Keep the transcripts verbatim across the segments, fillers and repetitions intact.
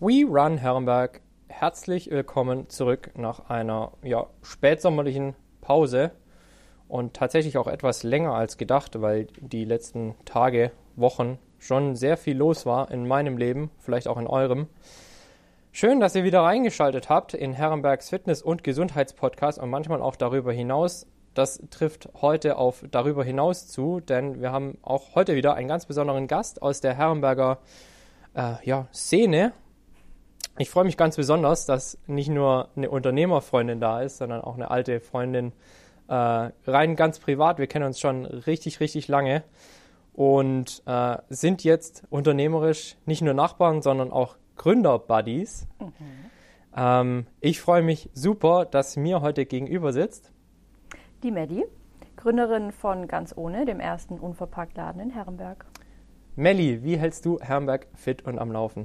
We Run Herrenberg, herzlich willkommen zurück nach einer ja, spätsommerlichen Pause und tatsächlich auch etwas länger als gedacht, weil die letzten Tage, Wochen schon sehr viel los war in meinem Leben, vielleicht auch in eurem. Schön, dass ihr wieder reingeschaltet habt in Herrenbergs Fitness- und Gesundheitspodcast und manchmal auch darüber hinaus. Das trifft heute auf darüber hinaus zu, denn wir haben auch heute wieder einen ganz besonderen Gast aus der Herrenberger äh, ja, Szene. Ich freue mich ganz besonders, dass nicht nur eine Unternehmerfreundin da ist, sondern auch eine alte Freundin, äh, rein ganz privat. Wir kennen uns schon richtig, richtig lange und äh, sind jetzt unternehmerisch nicht nur Nachbarn, sondern auch Gründer-Buddies. Mhm. Ähm, ich freue mich super, dass mir heute gegenüber sitzt die Melli, Gründerin von Ganz Ohne, dem ersten Unverpacktladen in Herrenberg. Melli, wie hältst du Herrenberg fit und am Laufen?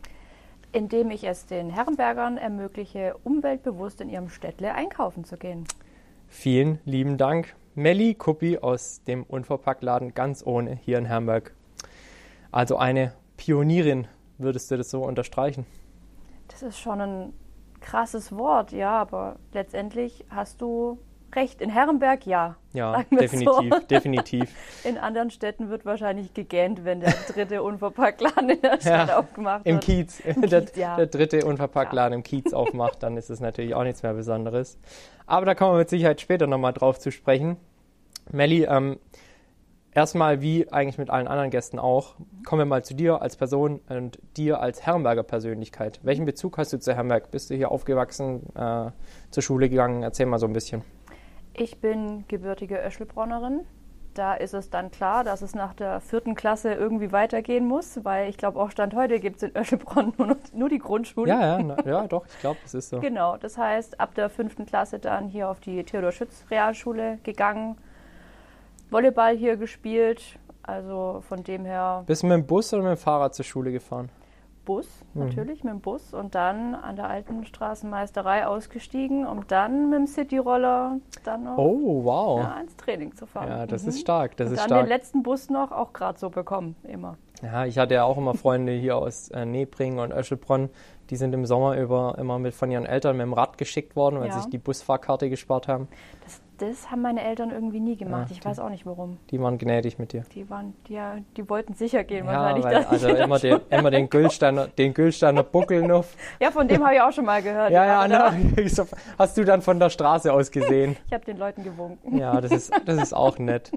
Indem ich es den Herrenbergern ermögliche, umweltbewusst in ihrem Städtle einkaufen zu gehen. Vielen lieben Dank. Melli Kuppi aus dem Unverpacktladen Ganz Ohne hier in Herrenberg. Also eine Pionierin, würdest du das so unterstreichen? Das ist schon ein krasses Wort, ja, aber letztendlich hast du recht. In Herrenberg, ja. Ja, definitiv, so. definitiv. In anderen Städten wird wahrscheinlich gegähnt, wenn der dritte Unverpacktladen in der Stadt ja, aufgemacht im wird. Kiez. Im der, Kiez, ja. der dritte Unverpacktladen ja. im Kiez aufmacht, dann ist es natürlich auch nichts mehr Besonderes. Aber da kommen wir mit Sicherheit später nochmal drauf zu sprechen. Melli, ähm, erstmal wie eigentlich mit allen anderen Gästen auch, kommen wir mal zu dir als Person und dir als Herrenberger Persönlichkeit. Welchen Bezug hast du zu Herrenberg? Bist du hier aufgewachsen, äh, zur Schule gegangen? Erzähl mal so ein bisschen. Ich bin gebürtige Öschelbronnerin. Da ist es dann klar, dass es nach der vierten Klasse irgendwie weitergehen muss, weil ich glaube, auch Stand heute gibt es in Öschelbronn nur, nur die Grundschule. Ja, ja, na, ja doch, ich glaube, das ist so. Genau, das heißt, ab der fünften Klasse dann hier auf die Theodor-Schütz-Realschule gegangen, Volleyball hier gespielt, also von dem her... Bist du mit dem Bus oder mit dem Fahrrad zur Schule gefahren? Bus, natürlich, mhm. mit dem Bus und dann an der alten Straßenmeisterei ausgestiegen, um dann mit dem Cityroller dann noch oh, wow. ja, ins Training zu fahren. Ja, das mhm. ist stark, das und ist dann stark. den letzten Bus noch auch gerade so bekommen, immer. Ja, ich hatte ja auch immer Freunde hier aus äh, Nebringen und Öschelbronn, die sind im Sommer über immer mit von ihren Eltern mit dem Rad geschickt worden, weil ja. sie sich die Busfahrkarte gespart haben. Das, das haben meine Eltern irgendwie nie gemacht. Ja, ich die, weiß auch nicht warum. Die waren gnädig mit dir. Die waren, die, die wollten sicher gehen, ja, wahrscheinlich. Weil, also immer den, immer den Gülsteiner, den Gülsteiner Buckelnuff. Ja, von dem habe ich auch schon mal gehört. ja, ja, ja na, hast du dann von der Straße aus gesehen. Ich habe den Leuten gewunken. Ja, das ist, das ist auch nett.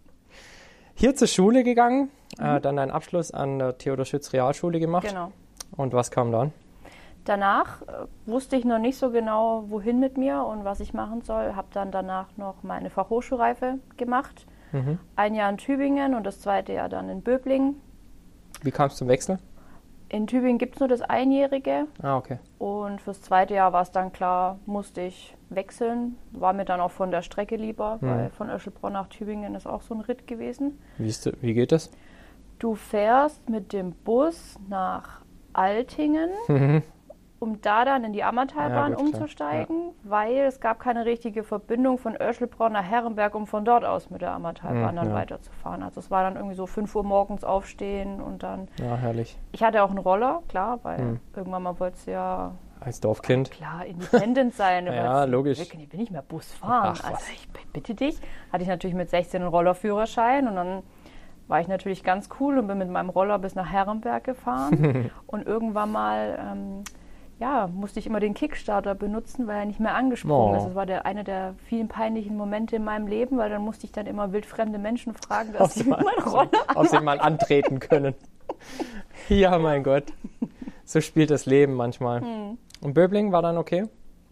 Hier zur Schule gegangen, mhm. äh, dann einen Abschluss an der Theodor-Schütz-Realschule gemacht. Genau. Und was kam dann? Danach äh, wusste ich noch nicht so genau, wohin mit mir und was ich machen soll. Habe dann danach noch meine Fachhochschulreife gemacht. Mhm. Ein Jahr in Tübingen und das zweite Jahr dann in Böblingen. Wie kam es zum Wechsel? In Tübingen gibt es nur das Einjährige. Ah, okay. Und fürs zweite Jahr war es dann klar, musste ich wechseln. War mir dann auch von der Strecke lieber, mhm. weil von Öschelbronn nach Tübingen ist auch so ein Ritt gewesen. Wie, ist, wie geht das? Du fährst mit dem Bus nach Altingen. Mhm. um da dann in die Ammertalbahn ja, gut, umzusteigen, ja. weil es gab keine richtige Verbindung von Öschelbronn nach Herrenberg, um von dort aus mit der Ammertalbahn mhm, dann ja. weiterzufahren. Also es war dann irgendwie so fünf Uhr morgens aufstehen und dann... Ja, herrlich. Ich hatte auch einen Roller, klar, weil mhm. irgendwann mal wollte es ja... Als Dorfkind. Klar, independent sein. Ja, logisch. Ich will nicht mehr Bus fahren. Ach, also ich bitte dich. Hatte ich natürlich mit sechzehn einen Rollerführerschein und dann war ich natürlich ganz cool und bin mit meinem Roller bis nach Herrenberg gefahren. Und irgendwann mal... Ähm, ja, musste ich immer den Kickstarter benutzen, weil er nicht mehr angesprungen oh. ist. Das war der, einer der vielen peinlichen Momente in meinem Leben, weil dann musste ich dann immer wildfremde Menschen fragen, dass sie mit meinem Roller ob sie mal antreten können. Ja, mein Gott. So spielt das Leben manchmal. Hm. Und Böblingen war dann okay?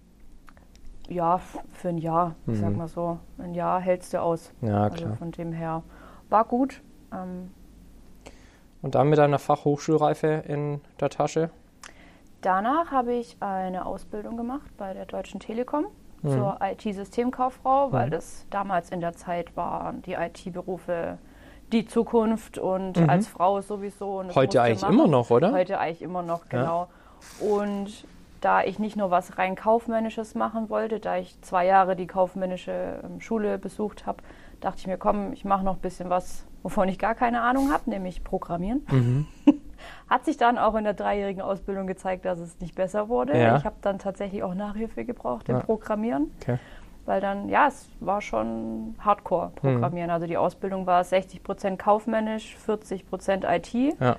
Ja, für ein Jahr, ich hm. sag mal so. Ein Jahr hältst du aus. Ja, klar. Also von dem her war gut. Ähm, Und dann mit einer Fachhochschulreife in der Tasche? Danach habe ich eine Ausbildung gemacht bei der Deutschen Telekom mhm. zur I T-Systemkauffrau, weil mhm. das damals in der Zeit waren die I T-Berufe die Zukunft und mhm. als Frau sowieso. Und heute eigentlich machen. immer noch, oder? Heute eigentlich immer noch, genau. Ja. Und da ich nicht nur was rein Kaufmännisches machen wollte, da ich zwei Jahre die kaufmännische ähm, Schule besucht habe, dachte ich mir, komm, ich mache noch ein bisschen was, wovon ich gar keine Ahnung habe, nämlich Programmieren. Mhm. Hat sich dann auch in der dreijährigen Ausbildung gezeigt, dass es nicht besser wurde. Ja. Ich habe dann tatsächlich auch Nachhilfe gebraucht im Ja. Programmieren. Okay. Weil dann, ja, es war schon Hardcore-Programmieren. Mhm. Also die Ausbildung war sechzig Prozent kaufmännisch, vierzig Prozent I T. Ja.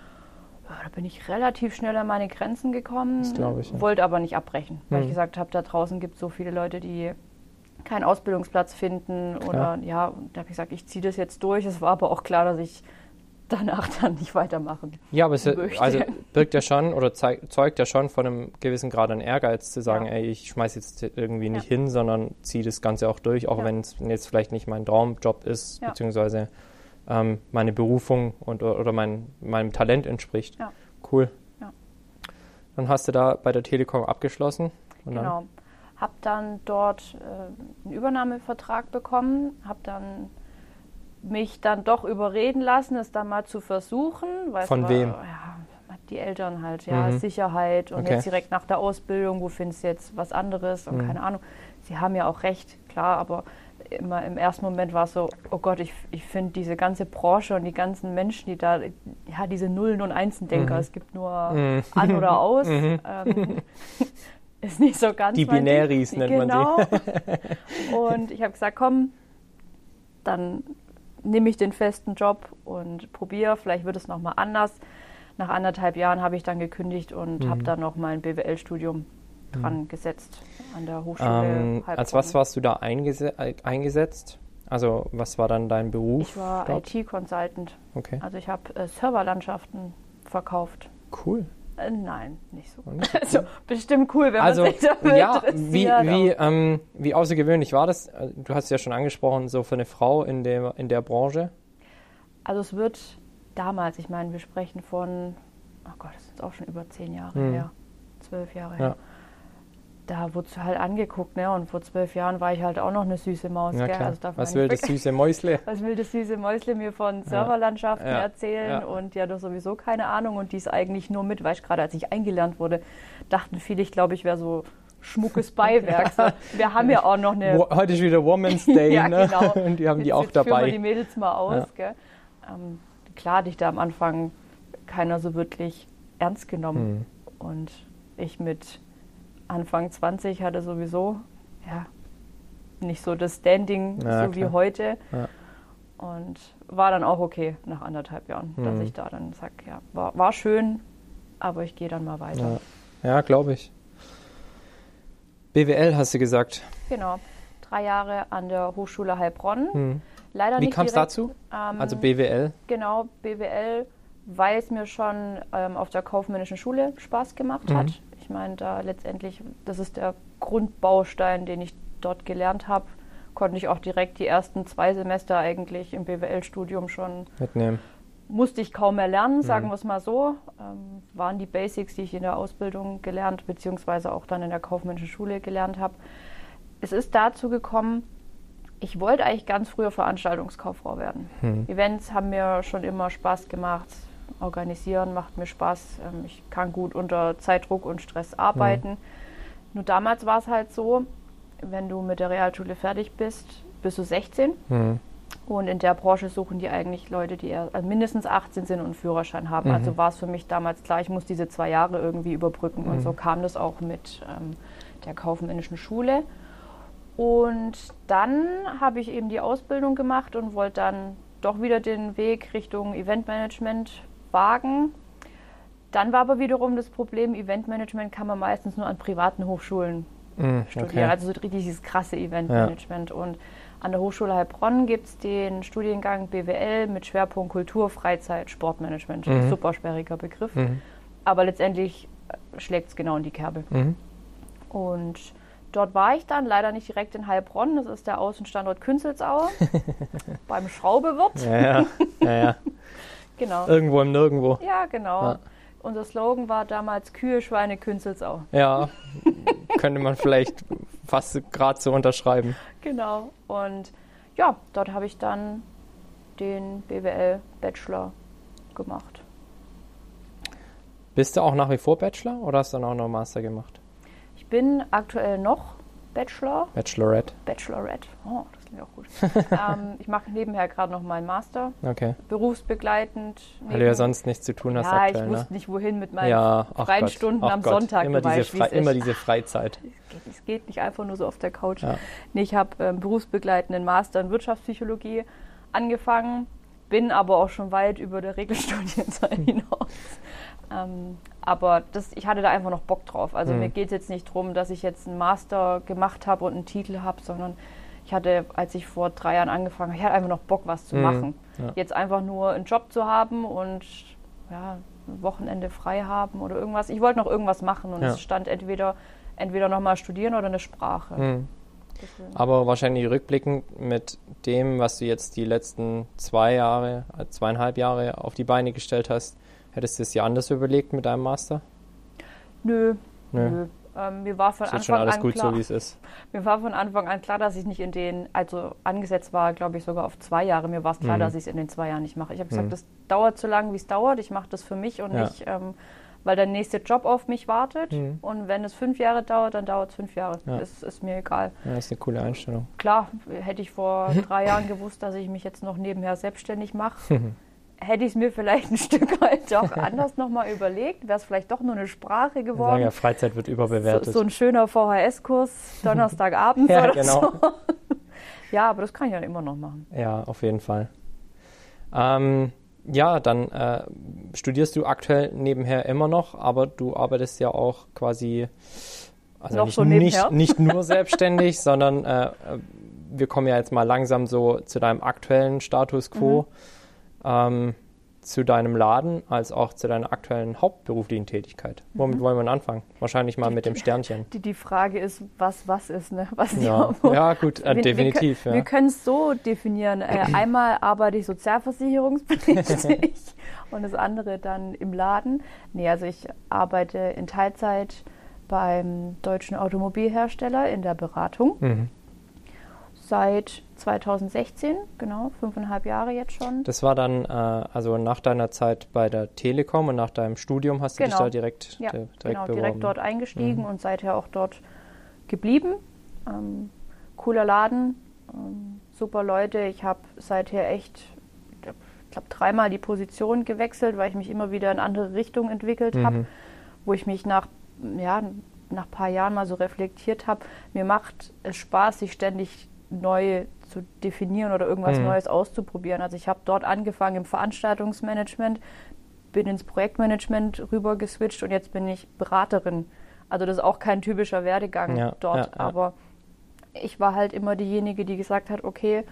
Da bin ich relativ schnell an meine Grenzen gekommen, Das glaube ich, ja. wollte aber nicht abbrechen, weil Mhm. ich gesagt habe, da draußen gibt es so viele Leute, die keinen Ausbildungsplatz finden. Klar. Oder ja, und da habe ich gesagt, ich ziehe das jetzt durch. Es war aber auch klar, dass ich danach dann nicht weitermachen Ja, aber es möchte. also birgt ja schon oder zeig, zeugt ja schon von einem gewissen Grad an Ehrgeiz zu sagen, Ja. ey, ich schmeiß jetzt irgendwie nicht Ja. hin, sondern ziehe das Ganze auch durch, auch Ja. wenn es jetzt vielleicht nicht mein Traumjob ist, Ja. beziehungsweise ähm, meine Berufung und, oder mein, meinem Talent entspricht. Ja. Cool. Ja. Dann hast du da bei der Telekom abgeschlossen. Und dann, Genau. Habe dann dort äh, einen Übernahmevertrag bekommen, habe dann mich dann doch überreden lassen, es dann mal zu versuchen. Weil es Von war, wem? Ja, die Eltern halt, ja, Mhm. Sicherheit und Okay. jetzt direkt nach der Ausbildung, wo findest du jetzt was anderes und Mhm. keine Ahnung. Sie haben ja auch recht, klar, aber immer im ersten Moment war es so, oh Gott, ich, ich finde diese ganze Branche und die ganzen Menschen, die da, ja, diese Nullen und Einsen-Denker, Mhm. es gibt nur Mhm. an oder aus. Mhm. Ähm, ist nicht so ganz Die mein Binäris Ding. nennt man genau. sie. Und ich habe gesagt, komm, dann nehme ich den festen Job und probiere, vielleicht wird es nochmal anders. Nach anderthalb Jahren habe ich dann gekündigt und Mhm. habe dann noch mein B W L-Studium dran gesetzt an der Hochschule ähm, Heilbronn. als was warst du da eingese äh, eingesetzt? Also was war dann dein Beruf? Ich war dort? I T-Consultant. Okay, Also ich habe äh, Serverlandschaften verkauft. cool. Äh, nein, nicht so. Nicht so Also bestimmt cool, wenn Also, man sich dafür ja, wie, interessiert. wie, aber- ähm, wie außergewöhnlich war das? Äh, Du hast es ja schon angesprochen, so für eine Frau in der, in der Branche. Also es wird damals, ich meine, wir sprechen von, oh Gott, das ist jetzt auch schon über zehn Jahre Mhm. her, zwölf Jahre Ja. her. Da wurde es halt angeguckt, ne? Und vor zwölf Jahren war ich halt auch noch eine süße Maus. Ja, gell? klar. Also darf man Was nicht will das vergessen. süße Mäusle? Was will das süße Mäusle mir von Serverlandschaften Ja. erzählen? Ja. Und die hat doch sowieso keine Ahnung und die ist eigentlich nur mit, weil ich gerade als ich eingelernt wurde, dachten viele, ich glaube, ich wäre so schmuckes Beiwerk. So, wir haben ja auch noch eine... Wo, heute ist wieder Woman's Day, Ja, ne? genau. Und die haben die Jetzt- auch jetzt führen wir dabei. die Mädels mal aus. Ja. Gell? Ähm, klar hatte ich da am Anfang keiner so wirklich ernst genommen. Hm. Und ich mit Anfang zwanzig hatte sowieso ja, nicht so das Standing, Ja, so wie klar. heute. Ja. Und war dann auch okay nach anderthalb Jahren, dass Mhm. ich da dann sage, ja, war, war schön, aber ich gehe dann mal weiter. Ja, ja glaube ich. B W L hast du gesagt. Genau, drei Jahre an der Hochschule Heilbronn. Hm. Leider Wie nicht kam es direkt, dazu? ähm, Also B W L? Genau, B W L, weil es mir schon ähm, auf der kaufmännischen Schule Spaß gemacht Mhm. hat. Ich meine, da letztendlich, das ist der Grundbaustein, den ich dort gelernt habe, konnte ich auch direkt die ersten zwei Semester eigentlich im B W L-Studium schon, Mitnehmen. musste ich kaum mehr lernen, sagen Mhm. wir es mal so. Ähm, waren die Basics, die ich in der Ausbildung gelernt, beziehungsweise auch dann in der kaufmännischen Schule gelernt habe. Es ist dazu gekommen, ich wollte eigentlich ganz früher Veranstaltungskauffrau werden. Hm. Events haben mir schon immer Spaß gemacht. Organisieren macht mir Spaß. Ähm, Ich kann gut unter Zeitdruck und Stress arbeiten. Nur damals war es halt so, wenn du mit der Realschule fertig bist, bist du sechzehn. Hm. Und in der Branche suchen die eigentlich Leute, die eher, also mindestens achtzehn sind und einen Führerschein haben. Mhm. Also war es für mich damals klar, ich muss diese zwei Jahre irgendwie überbrücken. Und Mhm. so kam das auch mit ähm, der kaufmännischen Schule. Und dann habe ich eben die Ausbildung gemacht und wollte dann doch wieder den Weg Richtung Eventmanagement wagen. Dann war aber wiederum das Problem, Eventmanagement kann man meistens nur an privaten Hochschulen Hm, studieren. okay. Also so richtig dieses krasse Eventmanagement. Und an der Hochschule Heilbronn gibt es den Studiengang B W L mit Schwerpunkt Kultur, Freizeit, Sportmanagement. Mhm. Super sperriger Begriff. Mhm. Aber letztendlich schlägt es genau in die Kerbe. Mhm. Und dort war ich dann, leider nicht direkt in Heilbronn, das ist der Außenstandort Künzelsau, beim Schraubewirt. Ja, ja. ja, ja. Genau. Irgendwo im Nirgendwo. Ja, genau. Ja. Unser Slogan war damals Kühe, Schweine, Künzelsau. Ja, könnte man vielleicht fast gerade so unterschreiben. Genau. Und ja, dort habe ich dann den B W L-Bachelor gemacht. Bist du auch nach wie vor Bachelor oder hast du dann auch noch Master gemacht? Ich bin aktuell noch Bachelor, Bachelorette. Bachelorette. Oh, das Ja, gut. ähm, ich mache nebenher gerade noch meinen Master. Okay. Berufsbegleitend. Weil du ja sonst nichts zu tun hast ja, aktuell, ich wusste ne? nicht, wohin mit meinen ja, freien Gott, Stunden ach am Gott. Sonntag. Immer, diese, weißt, Fre immer diese Freizeit. Es geht, es geht nicht einfach nur so auf der Couch. Ja. Nee, ich habe ähm, berufsbegleitenden Master in Wirtschaftspsychologie angefangen, bin aber auch schon weit über der Regelstudienzeit hinaus. Ähm, aber das, ich hatte da einfach noch Bock drauf. Also mhm. mir geht es jetzt nicht darum, dass ich jetzt einen Master gemacht habe und einen Titel habe, sondern ich hatte, als ich vor drei Jahren angefangen habe, ich hatte einfach noch Bock, was zu mhm. machen. Ja. Jetzt einfach nur einen Job zu haben und ja, ein Wochenende frei haben oder irgendwas. Ich wollte noch irgendwas machen und ja. es stand entweder, entweder nochmal studieren oder eine Sprache. Mhm. Aber wahrscheinlich rückblickend mit dem, was du jetzt die letzten zwei Jahre, zweieinhalb Jahre auf die Beine gestellt hast, hättest du es dir anders überlegt mit deinem Master? Nö, nö. nö. Ähm, mir war von ist Anfang schon alles an gut klar, so, wie es ist. Mir war von Anfang an klar, dass ich nicht in den, also angesetzt war, glaube ich, sogar auf zwei Jahre. Mir war es klar, mhm. dass ich es in den zwei Jahren nicht mache. Ich habe gesagt, mhm. das dauert so lange, wie es dauert. Ich mache das für mich und ja. nicht, ähm, weil der nächste Job auf mich wartet. Mhm. Und wenn es fünf Jahre dauert, dann dauert es fünf Jahre. Ja. Das ist, ist mir egal. Ja, das ist eine coole Einstellung. Klar, hätte ich vor drei Jahren gewusst, dass ich mich jetzt noch nebenher selbstständig mache, hätte ich es mir vielleicht ein Stück weit auch anders nochmal überlegt. Wäre es vielleicht doch nur eine Sprache geworden. Wir sagen ja, Freizeit wird überbewertet. So, so ein schöner V H S-Kurs, Donnerstagabend ja, oder genau. so. Ja, aber das kann ich dann immer noch machen. Ja, auf jeden Fall. Ähm, ja, dann äh, studierst du aktuell nebenher immer noch, aber du arbeitest ja auch quasi, also noch nicht, so nicht, nicht nur selbstständig, sondern äh, wir kommen ja jetzt mal langsam so zu deinem aktuellen Status quo. Mhm. Ähm, zu deinem Laden als auch zu deiner aktuellen hauptberuflichen Tätigkeit. Womit mhm. wollen wir denn anfangen? Wahrscheinlich mal mit dem Sternchen. Die, die Frage ist, was was ist, ne? Was ja. ja, gut, äh, wir, definitiv. Wir, ja. wir können es so definieren. Äh, einmal arbeite ich sozialversicherungspflichtig und das andere dann im Laden. Nee, also ich arbeite in Teilzeit beim deutschen Automobilhersteller in der Beratung. Mhm. Seit zweitausendsechzehn, genau, fünfeinhalb Jahre jetzt schon. Das war dann, äh, also nach deiner Zeit bei der Telekom und nach deinem Studium hast du genau. dich da direkt, ja, direkt genau, beworben. direkt dort eingestiegen mhm. und seither auch dort geblieben. Ähm, cooler Laden, ähm, super Leute. Ich habe seither echt, ich glaube, dreimal die Position gewechselt, weil ich mich immer wieder in andere Richtungen entwickelt mhm. habe, wo ich mich nach, ja, nach ein paar Jahren mal so reflektiert habe. Mir macht es Spaß, sich ständig neu zu definieren oder irgendwas mhm. Neues auszuprobieren. Also ich habe dort angefangen im Veranstaltungsmanagement, bin ins Projektmanagement rüber geswitcht und jetzt bin ich Beraterin. Also das ist auch kein typischer Werdegang ja, dort, ja, ja. aber ich war halt immer diejenige, die gesagt hat, okay,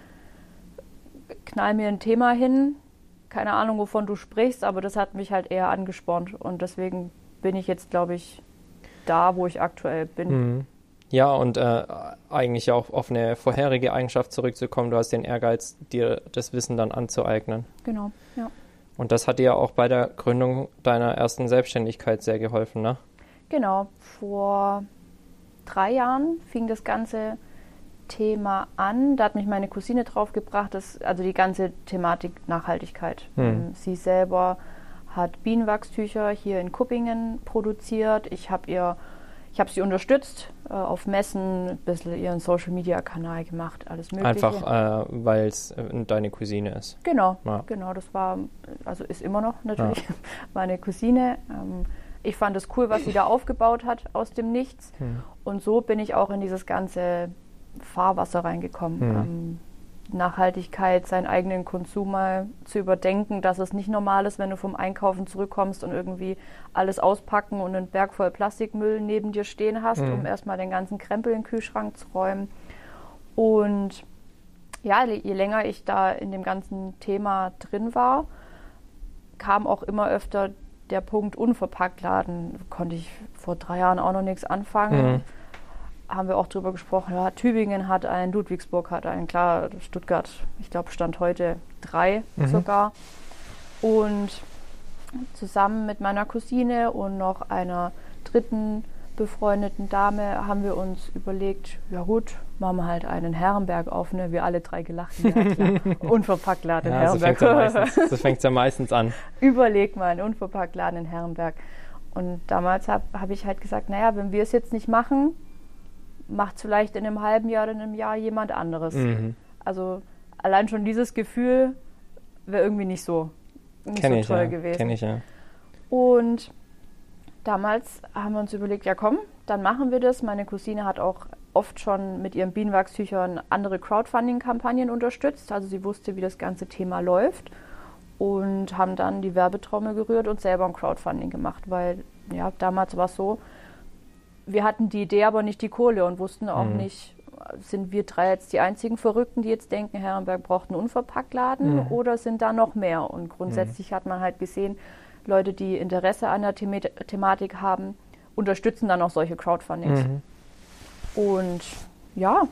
knall mir ein Thema hin, keine Ahnung, wovon du sprichst, aber das hat mich halt eher angespornt und deswegen bin ich jetzt, glaube ich, da, wo ich aktuell bin. Mhm. Ja, und äh, eigentlich auch auf eine vorherige Eigenschaft zurückzukommen. Du hast den Ehrgeiz, dir das Wissen dann anzueignen. Genau, ja. Und das hat dir auch bei der Gründung deiner ersten Selbstständigkeit sehr geholfen, ne? Genau. Vor drei Jahren fing das ganze Thema an. Da hat mich meine Cousine drauf gebracht, dass, also die ganze Thematik Nachhaltigkeit. Hm. Sie selber hat Bienenwachstücher hier in Kuppingen produziert. Ich habe ihr Ich habe sie unterstützt, äh, auf Messen, ein bisschen ihren Social-Media-Kanal gemacht, alles Mögliche. Einfach, äh, weil es äh, deine Cousine ist. Genau, ja. genau, das war, also ist immer noch natürlich ja. meine Cousine. Ähm, ich fand es cool, was sie da aufgebaut hat aus dem Nichts. Hm. Und so bin ich auch in dieses ganze Fahrwasser reingekommen. Hm. Ähm, Nachhaltigkeit, seinen eigenen Konsum mal zu überdenken, dass es nicht normal ist, wenn du vom Einkaufen zurückkommst und irgendwie alles auspacken und einen Berg voll Plastikmüll neben dir stehen hast, mhm. um erstmal den ganzen Krempel in den Kühlschrank zu räumen. Und ja, je länger ich da in dem ganzen Thema drin war, kam auch immer öfter der Punkt Unverpacktladen. Konnte ich vor drei Jahren auch noch nichts anfangen. Mhm. Haben wir auch drüber gesprochen, ja, Tübingen hat einen, Ludwigsburg hat einen, klar, Stuttgart, ich glaube, Stand heute drei mhm. sogar. Und zusammen mit meiner Cousine und noch einer dritten befreundeten Dame haben wir uns überlegt, ja gut, machen wir halt einen Herrenberg auf, ne? Wir alle drei gelacht, ja klar, Unverpacktladen in ja, Herrenberg. So fängt es ja, meistens, ja meistens an. Überleg mal, einen Unverpacktladen in Herrenberg. Und damals habe hab ich halt gesagt, naja, wenn wir es jetzt nicht machen, macht es vielleicht in einem halben Jahr oder in einem Jahr jemand anderes. Mhm. Also allein schon dieses Gefühl wäre irgendwie nicht so, nicht Kenn so ich, toll ja. gewesen. Kenn ich, ja. Und damals haben wir uns überlegt, ja komm, dann machen wir das. Meine Cousine hat auch oft schon mit ihren Bienenwachstüchern andere Crowdfunding-Kampagnen unterstützt. Also sie wusste, wie das ganze Thema läuft. Und haben dann die Werbetrommel gerührt und selber ein Crowdfunding gemacht. Weil ja, damals war es so, wir hatten die Idee, aber nicht die Kohle und wussten auch mhm. nicht, sind wir drei jetzt die einzigen Verrückten, die jetzt denken, Herrenberg braucht einen Unverpacktladen mhm. oder sind da noch mehr? Und grundsätzlich mhm. hat man halt gesehen, Leute, die Interesse an der Thema- Thematik haben, unterstützen dann auch solche Crowdfundings. Mhm. Und ja,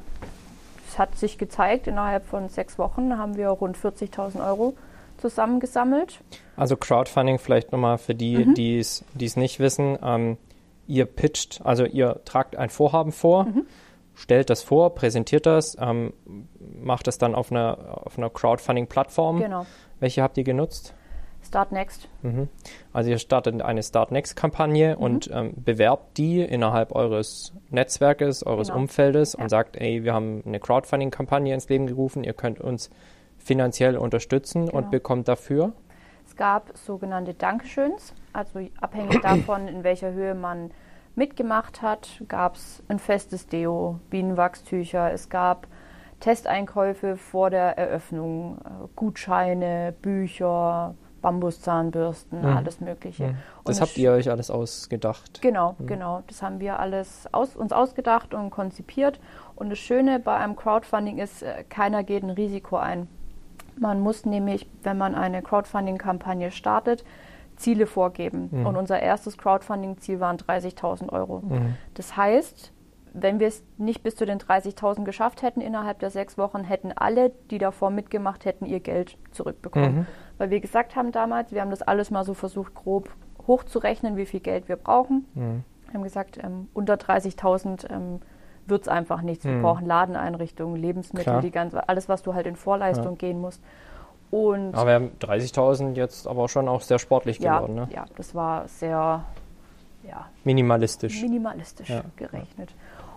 es hat sich gezeigt, innerhalb von sechs Wochen haben wir rund vierzigtausend Euro zusammengesammelt. Also Crowdfunding vielleicht nochmal für die, mhm. die es nicht wissen. Ähm, ihr pitcht, also ihr tragt ein Vorhaben vor, mhm. stellt das vor, präsentiert das, ähm, macht das dann auf einer, auf einer Crowdfunding-Plattform. Genau. Welche habt ihr genutzt? Startnext. Mhm. Also ihr startet eine Startnext-Kampagne mhm. und ähm, bewerbt die innerhalb eures Netzwerkes, eures genau. Umfeldes ja. und sagt, ey, wir haben eine Crowdfunding-Kampagne ins Leben gerufen, ihr könnt uns finanziell unterstützen genau. und bekommt dafür? Es gab sogenannte Dankeschöns, also abhängig davon, in welcher Höhe man mitgemacht hat, gab es ein festes Deo, Bienenwachstücher, es gab Testeinkäufe vor der Eröffnung, Gutscheine, Bücher, Bambuszahnbürsten, mhm. alles Mögliche. Mhm. Das habt ihr euch alles ausgedacht? Genau, mhm. genau. Das haben wir alles aus, uns ausgedacht und konzipiert. Und das Schöne bei einem Crowdfunding ist, keiner geht ein Risiko ein. Man muss nämlich, wenn man eine Crowdfunding-Kampagne startet, Ziele vorgeben. Mhm. Und unser erstes Crowdfunding-Ziel waren dreißigtausend Euro. Mhm. Das heißt, wenn wir es nicht bis zu den dreißigtausend geschafft hätten innerhalb der sechs Wochen, hätten alle, die davor mitgemacht hätten, ihr Geld zurückbekommen. Mhm. Weil wir gesagt haben damals, wir haben das alles mal so versucht, grob hochzurechnen, wie viel Geld wir brauchen. Mhm. Wir haben gesagt, ähm, unter dreißigtausend ähm, wird es einfach nichts. Wir mhm. brauchen Ladeneinrichtungen, Lebensmittel, Klar. die ganze, alles, was du halt in Vorleistung ja. gehen musst. Und aber wir haben dreißigtausend jetzt aber schon auch sehr sportlich ja, geworden. Ne? Ja, das war sehr ja, minimalistisch, minimalistisch ja. gerechnet.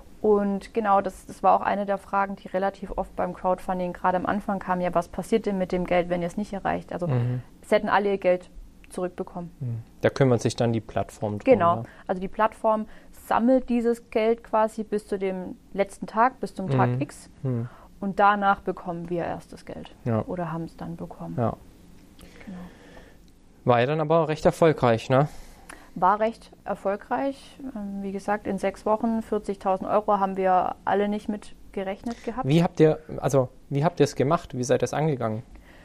Und genau, das, das war auch eine der Fragen, die relativ oft beim Crowdfunding gerade am Anfang kam. Ja, was passiert denn mit dem Geld, wenn ihr es nicht erreicht? Also mhm. es hätten alle ihr Geld zurückbekommen. Mhm. Da kümmert sich dann die Plattform drum. Genau, ja. also die Plattform sammelt dieses Geld quasi bis zu dem letzten Tag, bis zum Tag mhm. X. Mhm. Und danach bekommen wir erst das Geld. Ja. Oder haben es dann bekommen. Ja. Genau. War ja dann aber recht erfolgreich, ne? War recht erfolgreich. Wie gesagt, in sechs Wochen vierzigtausend Euro haben wir alle nicht mit gerechnet gehabt. Wie habt ihr, also wie habt ihr es gemacht? Wie seid ihr es angegangen?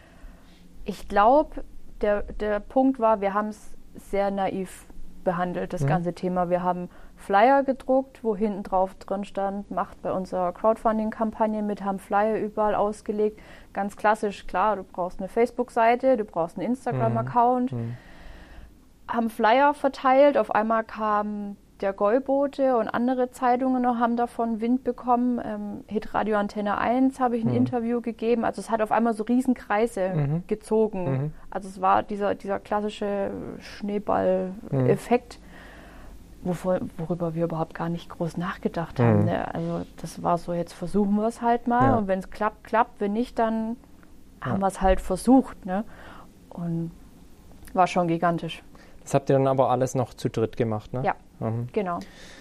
Ich glaube, der, der Punkt war, wir haben es sehr naiv behandelt, das mhm. ganze Thema. Wir haben Flyer gedruckt, wo hinten drauf drin stand, macht bei unserer Crowdfunding-Kampagne mit, haben Flyer überall ausgelegt. Ganz klassisch, klar, du brauchst eine Facebook-Seite, du brauchst einen Instagram-Account. Mhm. Haben Flyer verteilt, auf einmal kam der Gäubote und andere Zeitungen noch haben davon Wind bekommen. Ähm, Hitradio Antenne eins habe ich ein mhm. Interview gegeben. Also es hat auf einmal so Riesenkreise mhm. gezogen. Mhm. Also es war dieser, dieser klassische Schneeball-Effekt, mhm. wovor, worüber wir überhaupt gar nicht groß nachgedacht haben. Mhm. Ne? Also das war so, jetzt versuchen wir es halt mal. Ja. Und wenn es klappt, klappt. Wenn nicht, dann ja. haben wir es halt versucht. Ne? Und war schon gigantisch. Das habt ihr dann aber alles noch zu dritt gemacht, ne? Ja, mhm. genau.